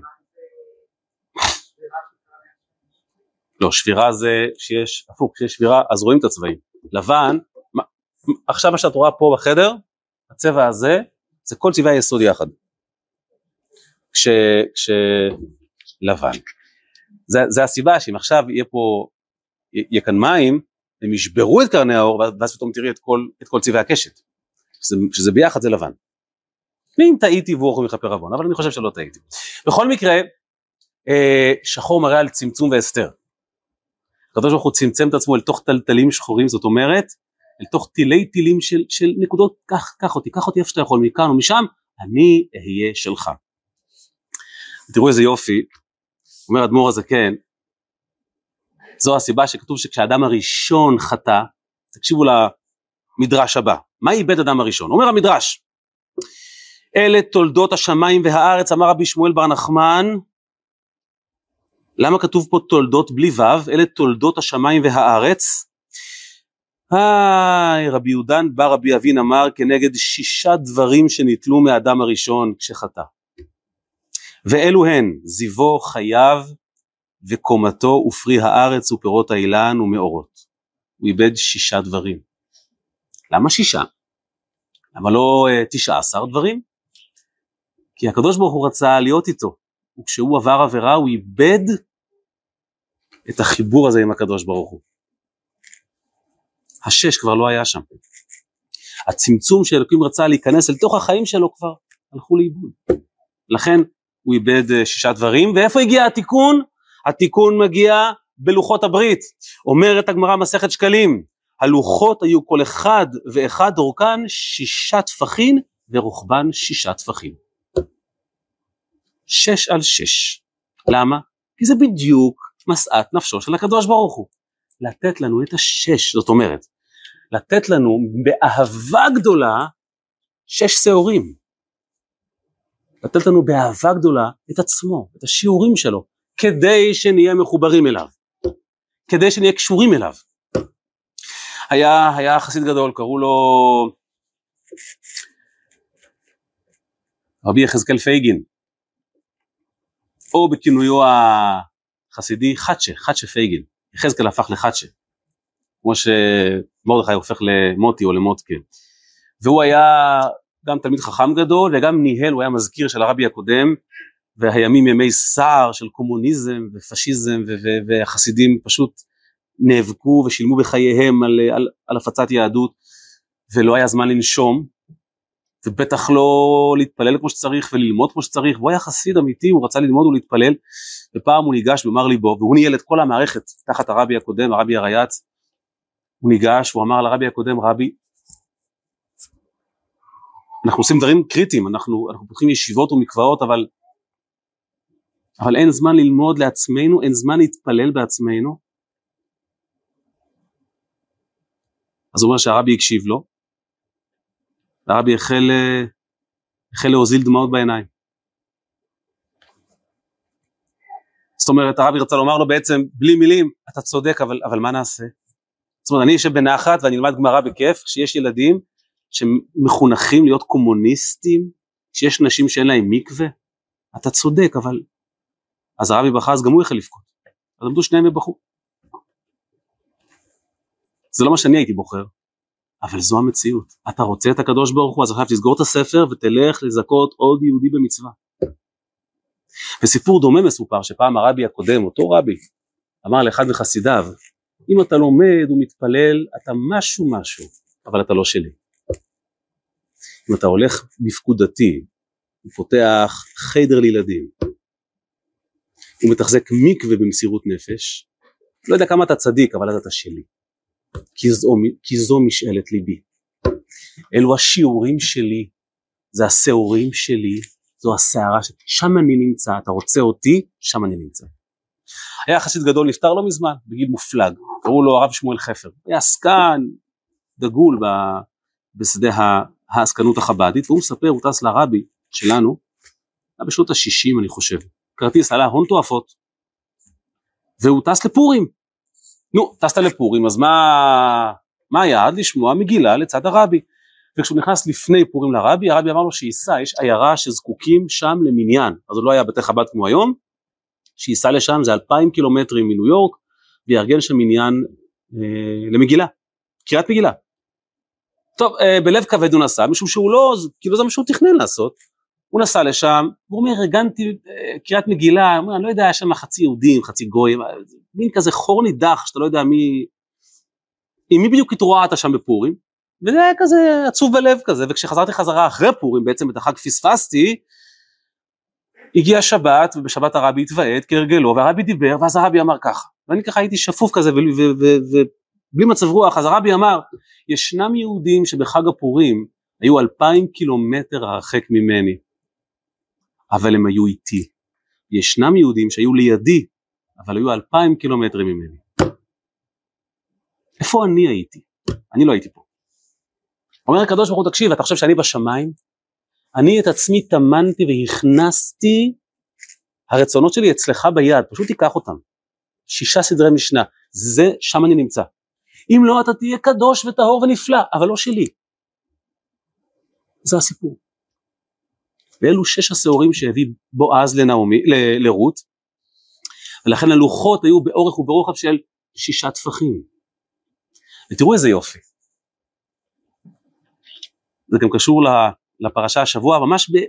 לא, שבירה זה שיש, הפוך, כשיש שבירה, אז רואים את הצבעים. לבן, מה, עכשיו מה שאת רואה פה בחדר, הצבע הזה, זה כל צבעי היסוד יחד. כש, כש, לבן. זה, זה הסיבה שאם עכשיו יהיה פה, יהיה כאן מים, הם ישברו את קרני האור, ואז פתאום תראי את כל, את כל צבעי הקשת. שזה, שזה ביחד זה לבן. ואם טעיתי והוא אוכל מכפר עוון, אבל אני חושב שלא טעיתי. בכל מקרה, שחור מראה על צמצום והסתר. הקדוש ברוך הוא צמצם את עצמו אל תוך טלטלים שחורים, זאת אומרת, אל תוך טילי טילים של, של נקודות, קח, קח אותי, קח אותי איפה שאתה יכול, מכאן ומשם, אני אהיה שלך. תראו איזה יופי, אומר אדמו"ר הזקן, זו הסיבה שכתוב שכשהאדם הראשון חטא, תקשיבו למדרש הבא, מה איבד אדם הראשון? אומר המדרש, אלה תולדות השמיים והארץ, אמר רבי שמואל בר נחמן, למה כתוב פה תולדות בלי וו? אלה תולדות השמיים והארץ. היי, רבי יהודן בא רבי אבין אמר כנגד שישה דברים שניטלו מהאדם הראשון כשחטא. ואלו הן זיוו חייו וקומתו ופרי הארץ ופירות האילן ומאורות. הוא איבד שישה דברים. למה שישה? למה לא תשעה עשר דברים? כי הקדוש ברוך הוא רצה להיות איתו. וכשהוא עבר עבירה הוא איבד את החיבור הזה עם הקדוש ברוך הוא. השש כבר לא היה שם. הצמצום שאלוקים רצה להיכנס אל תוך החיים שלו כבר הלכו לאיבוד. לכן הוא איבד שישה דברים. ואיפה הגיע התיקון? התיקון מגיע בלוחות הברית. אומרת הגמרא מסכת שקלים, הלוחות היו כל אחד ואחד אורכן שישה טפחים ורוחבן שישה טפחים. שש על שש. למה? כי זה בדיוק משאת נפשו של הקדוש ברוך הוא. לתת לנו את השש, זאת אומרת, לתת לנו באהבה גדולה שש שעורים. לתת לנו באהבה גדולה את עצמו, את השיעורים שלו, כדי שנהיה מחוברים אליו, כדי שנהיה קשורים אליו. היה, היה חסיד גדול, קראו לו רבי יחזקאל פייגין, או בכינויו החסידי חדשה, חדשה פייגין. יחזקאל הפך לחדשה, כמו שמרדכי הופך למוטי או למוטקה. והוא היה גם תלמיד חכם גדול, וגם ניהל, הוא היה מזכיר של הרבי הקודם, והימים ימי סער של קומוניזם ופשיזם, והחסידים פשוט נאבקו ושילמו בחייהם על, על, על הפצת יהדות, ולא היה זמן לנשום, ובטח לא להתפלל כמו שצריך וללמוד כמו שצריך, והוא היה חסיד אמיתי, הוא רצה ללמוד ולהתפלל, ופעם הוא ניגש במר ליבו, והוא ניהל את כל המערכת תחת הרבי הקודם, הרבי הרייץ, הוא ניגש, הוא אמר לרבי הקודם, רבי, אנחנו עושים דברים קריטיים, אנחנו, אנחנו פותחים ישיבות ומקוואות, אבל, אבל אין זמן ללמוד לעצמנו, אין זמן להתפלל בעצמנו. אז הוא אומר שהרבי הקשיב לו, והרבי החל, החל להוזיל דמעות בעיניים. זאת אומרת, הרבי רצה לומר לו בעצם, בלי מילים, אתה צודק, אבל, אבל מה נעשה? זאת אומרת, אני יושב בנחת ואני אלמד גמרא בכיף, כשיש ילדים שמחונכים להיות קומוניסטים, כשיש נשים שאין להם מקווה, אתה צודק, אבל... אז הרבי בכה, אז גם הוא החל לבכות. אז עמדו שניהם ובכו. זה לא מה שאני הייתי בוחר, אבל זו המציאות. אתה רוצה את הקדוש ברוך הוא, אז עכשיו תסגור את הספר ותלך לזכות עוד יהודי במצווה. וסיפור דומה מסופר שפעם הרבי הקודם, אותו רבי, אמר לאחד מחסידיו, אם אתה לומד ומתפלל, אתה משהו משהו, אבל אתה לא שלי. אם אתה הולך בפקודתי, ופותח חדר לילדים, ומתחזק מקווה במסירות נפש, לא יודע כמה אתה צדיק, אבל אז אתה שלי. כי זו, כי זו משאלת ליבי. אלו השיעורים שלי, זה השעורים שלי, זו השערה שלי, שם אני נמצא, אתה רוצה אותי, שם אני נמצא. היה חסיד גדול, נפטר לא מזמן, בגיל מופלג, קראו לו הרב שמואל חפר, היה עסקן דגול בשדה העסקנות החבדית, והוא מספר, הוא טס לרבי שלנו, היה בשנות ה-שישים אני חושב, כרטיס עלה הון תועפות, והוא טס לפורים, נו, טסת לפורים, אז מה, מה היעד? לשמוע מגילה לצד הרבי, וכשהוא נכנס לפני פורים לרבי, הרבי אמר לו שייסע, יש עיירה שזקוקים שם למניין, אז הוא לא היה בתי חב"ד כמו היום, שייסע לשם, זה אלפיים קילומטרים מניו יורק, ויארגן שם מניין אה, למגילה, קריאת מגילה. טוב, אה, בלב כבד הוא נסע, משום שהוא לא, כאילו זה מה שהוא תכנן לעשות, הוא נסע לשם, הוא אומר, ארגנתי אה, קריאת מגילה, הוא אומר, אני לא יודע, יש שם חצי יהודים, חצי גויים, מין כזה חור נידח, שאתה לא יודע מי, עם מי בדיוק התרועעת שם בפורים, וזה היה כזה עצוב בלב כזה, וכשחזרתי חזרה אחרי פורים, בעצם את החג פספסתי, הגיע שבת, ובשבת הרבי התוועד כהרגלו, והרבי דיבר, ואז הרבי אמר ככה, ואני ככה הייתי שפוף כזה, ובלי מצב רוח, אז הרבי אמר, ישנם יהודים שבחג הפורים, היו אלפיים קילומטר הרחק ממני, אבל הם היו איתי. ישנם יהודים שהיו לידי, אבל היו אלפיים קילומטרים ממני. איפה אני הייתי? אני לא הייתי פה. אומר הקדוש ברוך הוא, תקשיב, אתה חושב שאני בשמיים? אני את עצמי תמנתי והכנסתי, הרצונות שלי אצלך ביד, פשוט תיקח אותם. שישה סדרי משנה, זה שם אני נמצא. אם לא, אתה תהיה קדוש וטהור ונפלא, אבל לא שלי. זה הסיפור. ואלו שש השעורים שהביא בועז לנעמי, ל- לרות, ולכן הלוחות היו באורך וברוחב של שישה טפחים. ותראו איזה יופי. זה גם קשור לפרשה השבוע, ממש ב...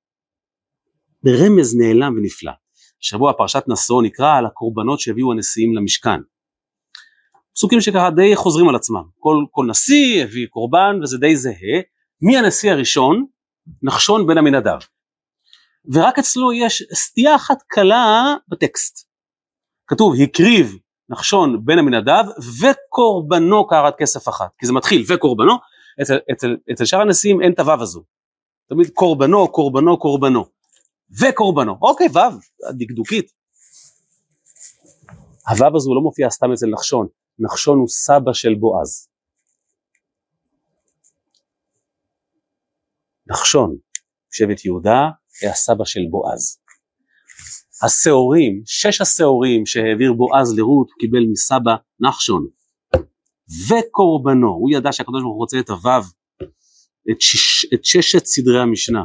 ברמז נעלם ונפלא. השבוע פרשת נשוא נקרא על הקורבנות שהביאו הנשיאים למשכן. פסוקים שככה די חוזרים על עצמם. כל, כל נשיא הביא קורבן וזה די זהה. מי הנשיא הראשון? נחשון בן עמינדב. ורק אצלו יש סטייה אחת קלה בטקסט. כתוב, הקריב נחשון בן עמינדב וקורבנו קערת כסף אחת. כי זה מתחיל וקורבנו, אצל, אצל, אצל שאר הנשיאים אין את הוו הזו. תמיד קורבנו, קורבנו, קורבנו. וקורבנו. אוקיי, וו, דקדוקית. הוו הזו לא מופיע סתם אצל נחשון. נחשון הוא סבא של בועז. נחשון, שבט יהודה, היה סבא של בועז. השעורים, שש השעורים שהעביר בועז לרות, הוא קיבל מסבא נחשון. וקורבנו, הוא ידע שהקדוש ברוך הוא רוצה את הוו, את, שש, את ששת סדרי המשנה.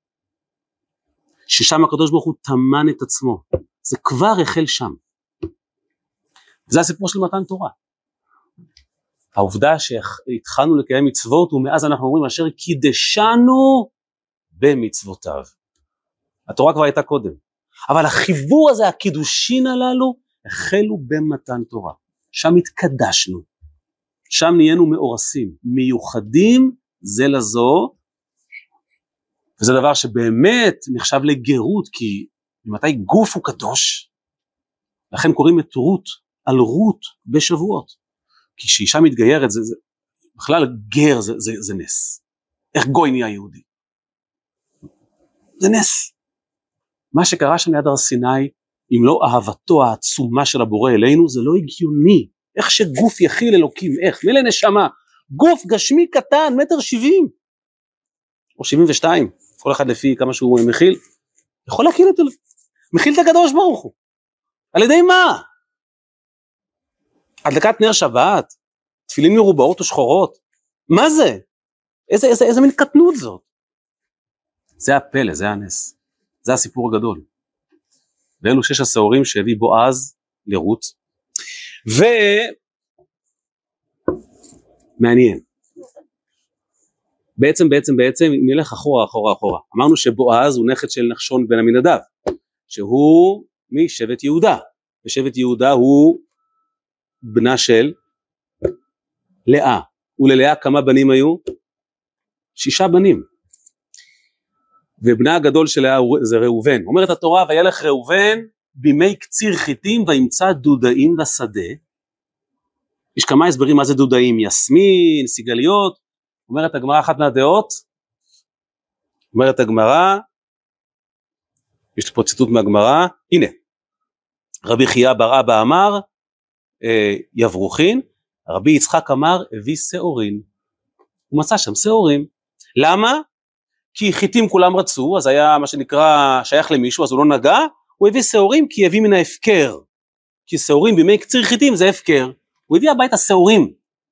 ששם הקדוש ברוך הוא תמן את עצמו. זה כבר החל שם. זה הסיפור של מתן תורה. העובדה שהתחלנו לקיים מצוות, ומאז אנחנו אומרים אשר קידשנו במצוותיו. התורה כבר הייתה קודם, אבל החיבור הזה, הקידושין הללו, החלו במתן תורה. שם התקדשנו, שם נהיינו מאורסים, מיוחדים זה לזו, וזה דבר שבאמת נחשב לגרות, כי ממתי גוף הוא קדוש, לכן קוראים את רות על רות בשבועות, כי כשאישה מתגיירת, זה, זה, בכלל גר זה, זה, זה נס, איך גוי נהיה יהודי, זה נס. מה שקרה שם ליד הר סיני, אם לא אהבתו העצומה של הבורא אלינו, זה לא הגיוני, איך שגוף יכיל אלוקים, איך, מילא נשמה, גוף גשמי קטן, מטר שבעים, או שבעים ושתיים, כל אחד לפי כמה שהוא מכיל, יכול להכיל את אלוקים, מכיל את הקדוש ברוך הוא, על ידי מה? הדלקת נר שבת, תפילין מרובעות ושחורות, מה זה? איזה, איזה, איזה מין קטנות זאת? זה הפלא, זה הנס, זה הסיפור הגדול. ואלו שש השעורים שהביא בועז לרות, ומעניין, בעצם בעצם בעצם נלך אחורה אחורה אחורה, אמרנו שבועז הוא נכד של נחשון בן עמינדב, שהוא משבט יהודה, ושבט יהודה הוא בנה של לאה, וללאה כמה בנים היו? שישה בנים, ובנה הגדול של לאה זה ראובן. אומרת התורה, וילך ראובן בימי קציר חיטים וימצא דודאים בשדה. יש כמה הסברים מה זה דודאים, יסמין, סיגליות. אומרת הגמרא, אחת מהדעות, אומרת הגמרא, יש פה ציטוט מהגמרא, הנה, רבי חייא בר אבא אמר, אה, יברוכין, רבי יצחק אמר, הביא שעורין. הוא מצא שם שעורים. למה? כי חיטים כולם רצו, אז היה מה שנקרא שייך למישהו, אז הוא לא נגע, הוא הביא שעורים כי הביא מן ההפקר, כי שעורים בימי קציר חיטים זה הפקר, הוא הביא הביתה שעורים.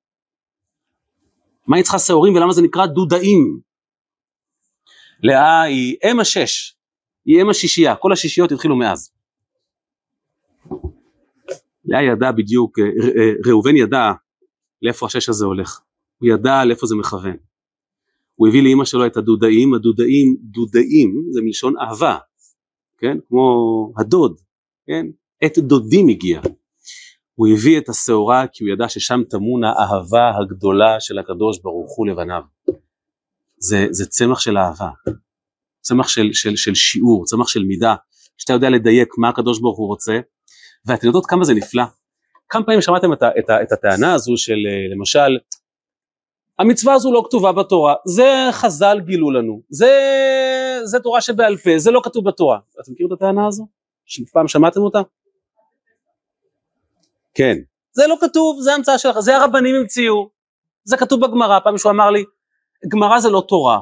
מה היא צריכה שעורים ולמה זה נקרא דודאים? לאה היא אם השש, היא אם השישייה, כל השישיות התחילו מאז. לאה ידע בדיוק, ראובן ידע לאיפה השש הזה הולך, הוא ידע לאיפה זה מכוון. הוא הביא לאמא שלו את הדודאים, הדודאים, דודאים, זה מלשון אהבה, כן? כמו הדוד, כן? את דודים הגיע. הוא הביא את השעורה כי הוא ידע ששם תמון האהבה הגדולה של הקדוש ברוך הוא לבניו. זה, זה צמח של אהבה, צמח של, של, של שיעור, צמח של מידה, שאתה יודע לדייק מה הקדוש ברוך הוא רוצה, ואתם יודעות כמה זה נפלא. כמה פעמים שמעתם את, את, את הטענה הזו של למשל, המצווה הזו לא כתובה בתורה, זה חז"ל גילו לנו, זה, זה תורה שבעל פה, זה לא כתוב בתורה. אתם מכירים את הטענה הזו? פעם שמעתם אותה? כן. זה לא כתוב, זה המצאה שלך, זה הרבנים המציאו, זה כתוב בגמרא, פעם מישהו אמר לי, גמרא זה לא תורה.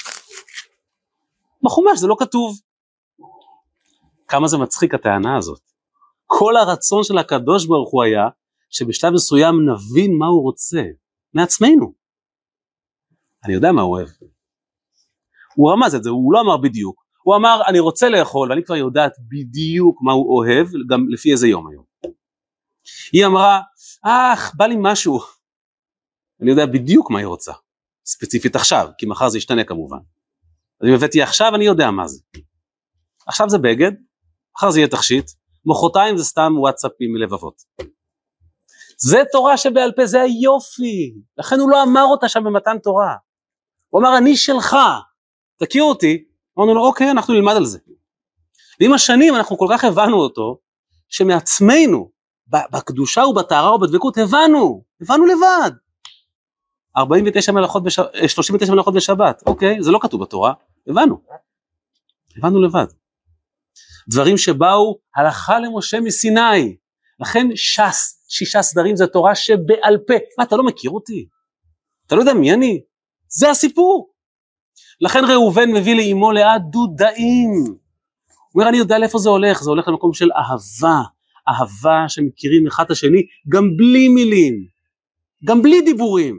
בחומש זה לא כתוב. כמה זה מצחיק הטענה הזאת. כל הרצון של הקדוש ברוך הוא היה, שבשלב מסוים נבין מה הוא רוצה, מעצמנו. אני יודע מה הוא אוהב. הוא רמז את זה, הוא לא אמר בדיוק. הוא אמר, אני רוצה לאכול, ואני כבר יודעת בדיוק מה הוא אוהב, גם לפי איזה יום היום. היא אמרה, אך, בא לי משהו. אני יודע בדיוק מה היא רוצה. ספציפית עכשיו, כי מחר זה ישתנה כמובן. אז אם הבאתי עכשיו, אני יודע מה זה. עכשיו זה בגד, מחר זה יהיה תכשיט, מחרתיים זה סתם וואטסאפים מלבבות. זה תורה שבעל פה, זה היופי. לכן הוא לא אמר אותה שם במתן תורה. הוא אמר, אני שלך, תכיר אותי. אמרנו לו, אוקיי, אנחנו נלמד על זה. ועם השנים אנחנו כל כך הבנו אותו, שמעצמנו, בקדושה ובטהרה ובדבקות, הבנו, הבנו לבד. ארבעים ותשע מלאכות בשבת, שלושים ותשע מלאכות בשבת, אוקיי, זה לא כתוב בתורה, הבנו. הבנו לבד. דברים שבאו הלכה למשה מסיני, לכן ש"ס, שישה סדרים זה תורה שבעל פה. מה, אתה לא מכיר אותי? אתה לא יודע מי אני? זה הסיפור. לכן ראובן מביא לאמו לאה דודאים. הוא אומר, אני יודע לאיפה זה הולך, זה הולך למקום של אהבה, אהבה שמכירים אחד השני, גם בלי מילים, גם בלי דיבורים.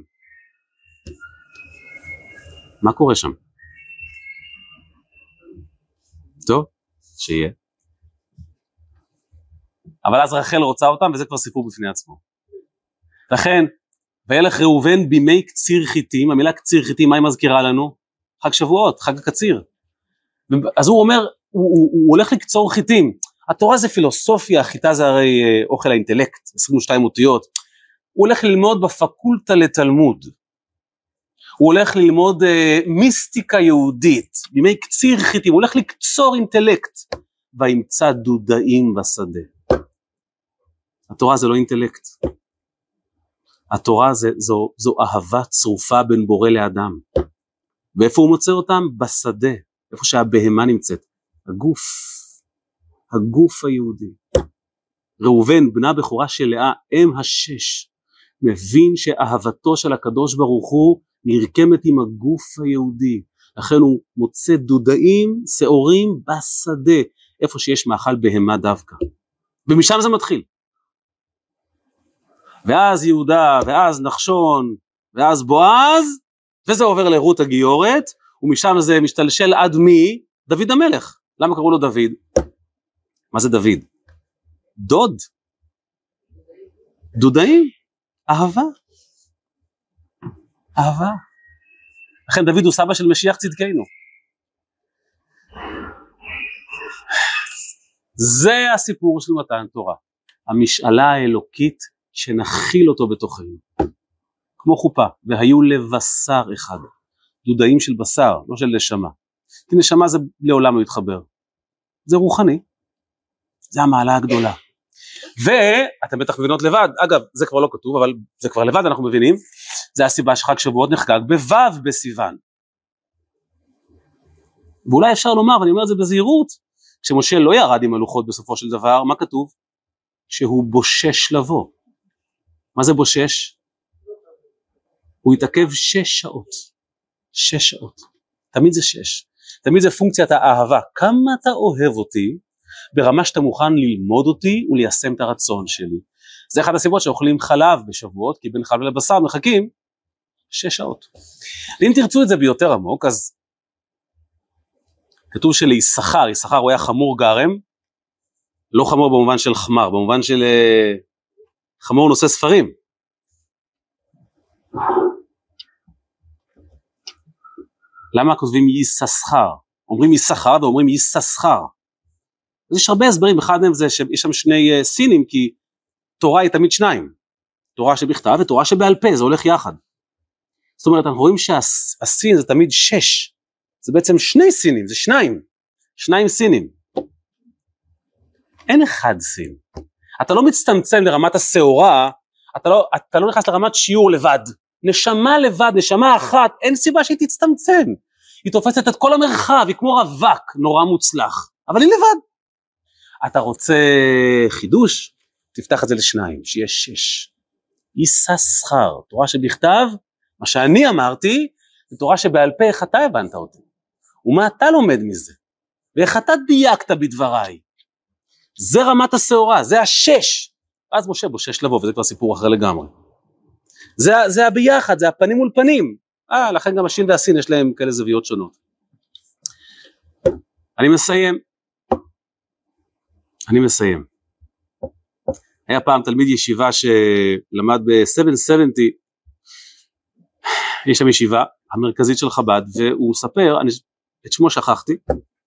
מה קורה שם? טוב, שיהיה. אבל אז רחל רוצה אותם, וזה כבר סיפור בפני עצמו. לכן, וילך ראובן בימי קציר חיטים, המילה קציר חיטים, מה היא מזכירה לנו? חג שבועות, חג הקציר. אז הוא אומר, הוא, הוא, הוא הולך לקצור חיטים, התורה זה פילוסופיה, חיטה זה הרי אוכל האינטלקט, עשרים ושתיים אותיות, הוא הולך ללמוד בפקולטה לתלמוד, הוא הולך ללמוד אה, מיסטיקה יהודית, בימי קציר חיטים, הוא הולך לקצור אינטלקט, וימצא דודאים בשדה. התורה זה לא אינטלקט, התורה זה, זו, זו אהבה צרופה בין בורא לאדם, ואיפה הוא מוצא אותם? בשדה, איפה שהבהמה נמצאת, הגוף, הגוף היהודי. ראובן, בנה בכורה של לאה, אם השש, מבין שאהבתו של הקדוש ברוך הוא נרקמת עם הגוף היהודי, לכן הוא מוצא דודאים, שעורים בשדה, איפה שיש מאכל בהמה דווקא, ומשם זה מתחיל. ואז יהודה, ואז נחשון, ואז בועז, וזה עובר לרות הגיורת, ומשם זה משתלשל עד מי? דוד המלך. למה קראו לו דוד? מה זה דוד? דוד. דודאים. אהבה. אהבה. לכן דוד הוא סבא של משיח צדקנו. זה הסיפור של מתן תורה. המשאלה האלוקית שנכיל אותו בתוכנו. כמו חופה. והיו לבשר אחד. דודאים של בשר, לא של נשמה. כי נשמה זה לעולם לא יתחבר. זה רוחני. זה המעלה הגדולה. ואתם בטח מבינות לבד, אגב, זה כבר לא כתוב, אבל זה כבר לבד אנחנו מבינים, זה הסיבה שחג שבועות נחגג בו' בסיוון. ואולי אפשר לומר, ואני אומר את זה בזהירות, כשמשה לא ירד עם הלוחות בסופו של דבר, מה כתוב? שהוא בושש לבוא. מה זה בושש? הוא יתעכב שש שעות. שש שעות. תמיד זה שש. תמיד זה פונקציית האהבה. כמה אתה אוהב אותי, ברמה שאתה מוכן ללמוד אותי וליישם את הרצון שלי. זה אחת הסיבות שאוכלים חלב בשבועות, כי בין חלב לבשר מחכים שש שעות. ואם תרצו את זה ביותר עמוק, אז כתוב שליששכר, יששכר הוא היה חמור גרם, לא חמור במובן של חמר, במובן של חמור נושא ספרים. למה כותבים יששכר? אומרים יששכר ואומרים יששכר. אז יש הרבה הסברים, אחד מהם זה שיש שם שני uh, סינים, כי תורה היא תמיד שניים, תורה שבכתב ותורה שבעל פה, זה הולך יחד. זאת אומרת, אנחנו רואים שהסין זה תמיד שש, זה בעצם שני סינים, זה שניים, שניים סינים. אין אחד סין. אתה לא מצטמצם לרמת השעורה, אתה לא, אתה לא נכנס לרמת שיעור לבד, נשמה לבד, נשמה אחת, אין סיבה שהיא תצטמצם. היא תופסת את כל המרחב, היא כמו רווק, נורא מוצלח, אבל היא לבד. אתה רוצה חידוש? תפתח את זה לשניים, שיש שש. יששכר, תורה שבכתב, מה שאני אמרתי, זה תורה שבעל פה, איך אתה הבנת אותי? ומה אתה לומד מזה? ואיך אתה דייקת בדבריי? זה רמת השעורה, זה השש. אז משה בושש לבוא, וזה כבר סיפור אחר לגמרי. זה, זה הביחד, זה הפנים מול פנים. אה, לכן גם השין והסין יש להם כאלה זוויות שונות. אני מסיים. אני מסיים. היה פעם תלמיד ישיבה שלמד ב-שבע שבעים, יש שם ישיבה המרכזית של חב"ד, והוא מספר, אני, את שמו שכחתי,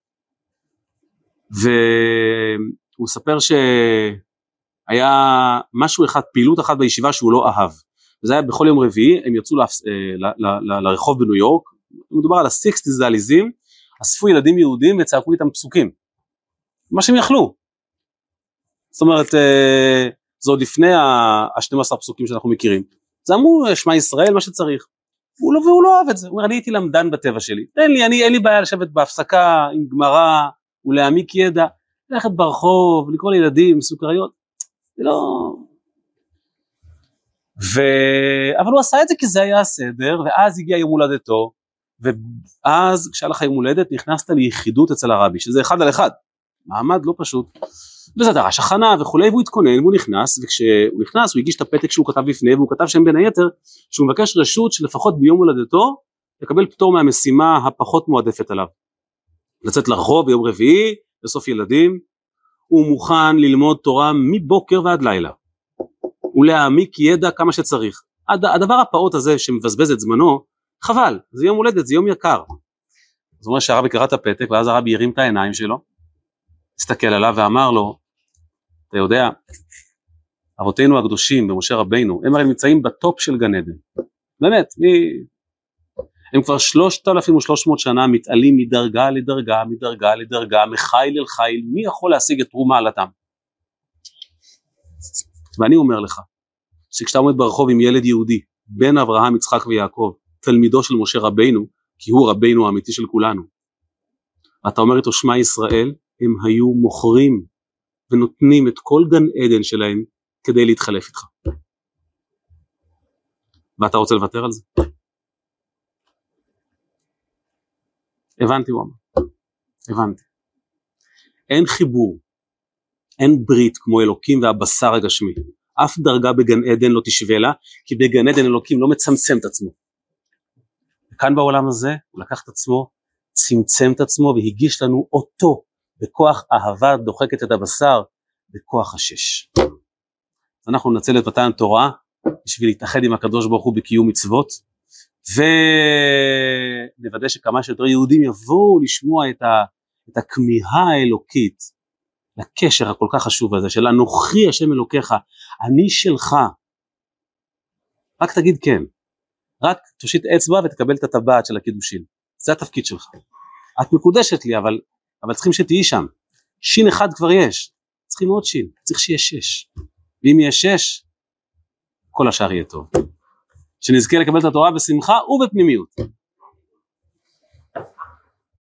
והוא מספר שהיה משהו אחד, פעילות אחת בישיבה שהוא לא אהב, וזה היה בכל יום רביעי, הם יצאו לפ... ל... ל... ל... לרחוב בניו יורק, מדובר על הסיקסטיז, זה עליזים, אספו ילדים יהודים וצעקו איתם פסוקים, מה שהם יכלו, זאת אומרת, זה עוד לפני ה-שנים עשר פסוקים שאנחנו מכירים, זה אמרו, שמע ישראל, מה שצריך, הוא לא, והוא לא אוהב את זה, הוא אומר, אני הייתי למדן בטבע שלי, תן לי, אני, אין לי בעיה לשבת בהפסקה עם גמרא, ולהעמיק ידע, ללכת ברחוב, לקרוא לילדים, סוכריות, זה לא... ו... אבל הוא עשה את זה כי זה היה הסדר, ואז הגיע יום הולדתו, ואז כשהיה לך יום הולדת, נכנסת ליחידות אצל הרבי, שזה אחד על אחד, מעמד לא פשוט, וזה דרש הכנה וכולי, והוא התכונן, והוא נכנס, וכשהוא נכנס, הוא הגיש את הפתק שהוא כתב לפני, והוא כתב שם בין היתר, שהוא מבקש רשות שלפחות ביום הולדתו, לקבל פטור מהמשימה הפחות מועדפת עליו. לצאת לרחוב ביום רביעי, לסוף ילדים, הוא מוכן ללמוד תורה מבוקר ועד לילה, ולהעמיק ידע כמה שצריך. הדבר הפעוט הזה שמבזבז את זמנו, חבל, זה יום הולדת, זה יום יקר. זאת אומרת שהרבי קרא את הפתק, ואז הרבי ירים את העיניים שלו, הסתכל עליו ואמר לו, אתה יודע, אבותינו הקדושים במשה רבינו, הם הרי נמצאים בטופ של גן עדן. באמת, מי... הם כבר שלושת אלפים ושלוש מאות שנה מתעלים מדרגה לדרגה, מדרגה לדרגה, מחיל אל חיל, מי יכול להשיג את רום מעלתם? ואני אומר לך, שכשאתה עומד ברחוב עם ילד יהודי, בן אברהם, יצחק ויעקב, תלמידו של משה רבינו, כי הוא רבינו האמיתי של כולנו, אתה אומר איתו שמע ישראל, הם היו מוכרים ונותנים את כל גן עדן שלהם כדי להתחלף איתך. ואתה רוצה לוותר על זה? הבנתי, הוא אמר. הבנתי. אין חיבור, אין ברית כמו אלוקים והבשר הגשמי. אף דרגה בגן עדן לא תשווה לה, כי בגן עדן אלוקים לא מצמצם את עצמו. וכאן בעולם הזה הוא לקח את עצמו, צמצם את עצמו והגיש לנו אותו בכוח אהבה דוחקת את הבשר, בכוח השש. אנחנו ננצל את מתן תורה בשביל להתאחד עם הקדוש ברוך הוא בקיום מצוות, ונוודא שכמה שיותר יהודים יבואו לשמוע את, ה, את הכמיהה האלוקית, לקשר הכל כך חשוב הזה, של אנוכי השם אלוקיך, אני שלך. רק תגיד כן, רק תושיט אצבע ותקבל את הטבעת של הקידושין, זה התפקיד שלך. את מקודשת לי, אבל, אבל צריכים שתהי שם. שין אחד כבר יש, צריכים עוד שין, צריך שיהיה שש. ואם יהיה שש, כל השאר יהיה טוב. שנזכה לקבל את התורה בשמחה ובפנימיות.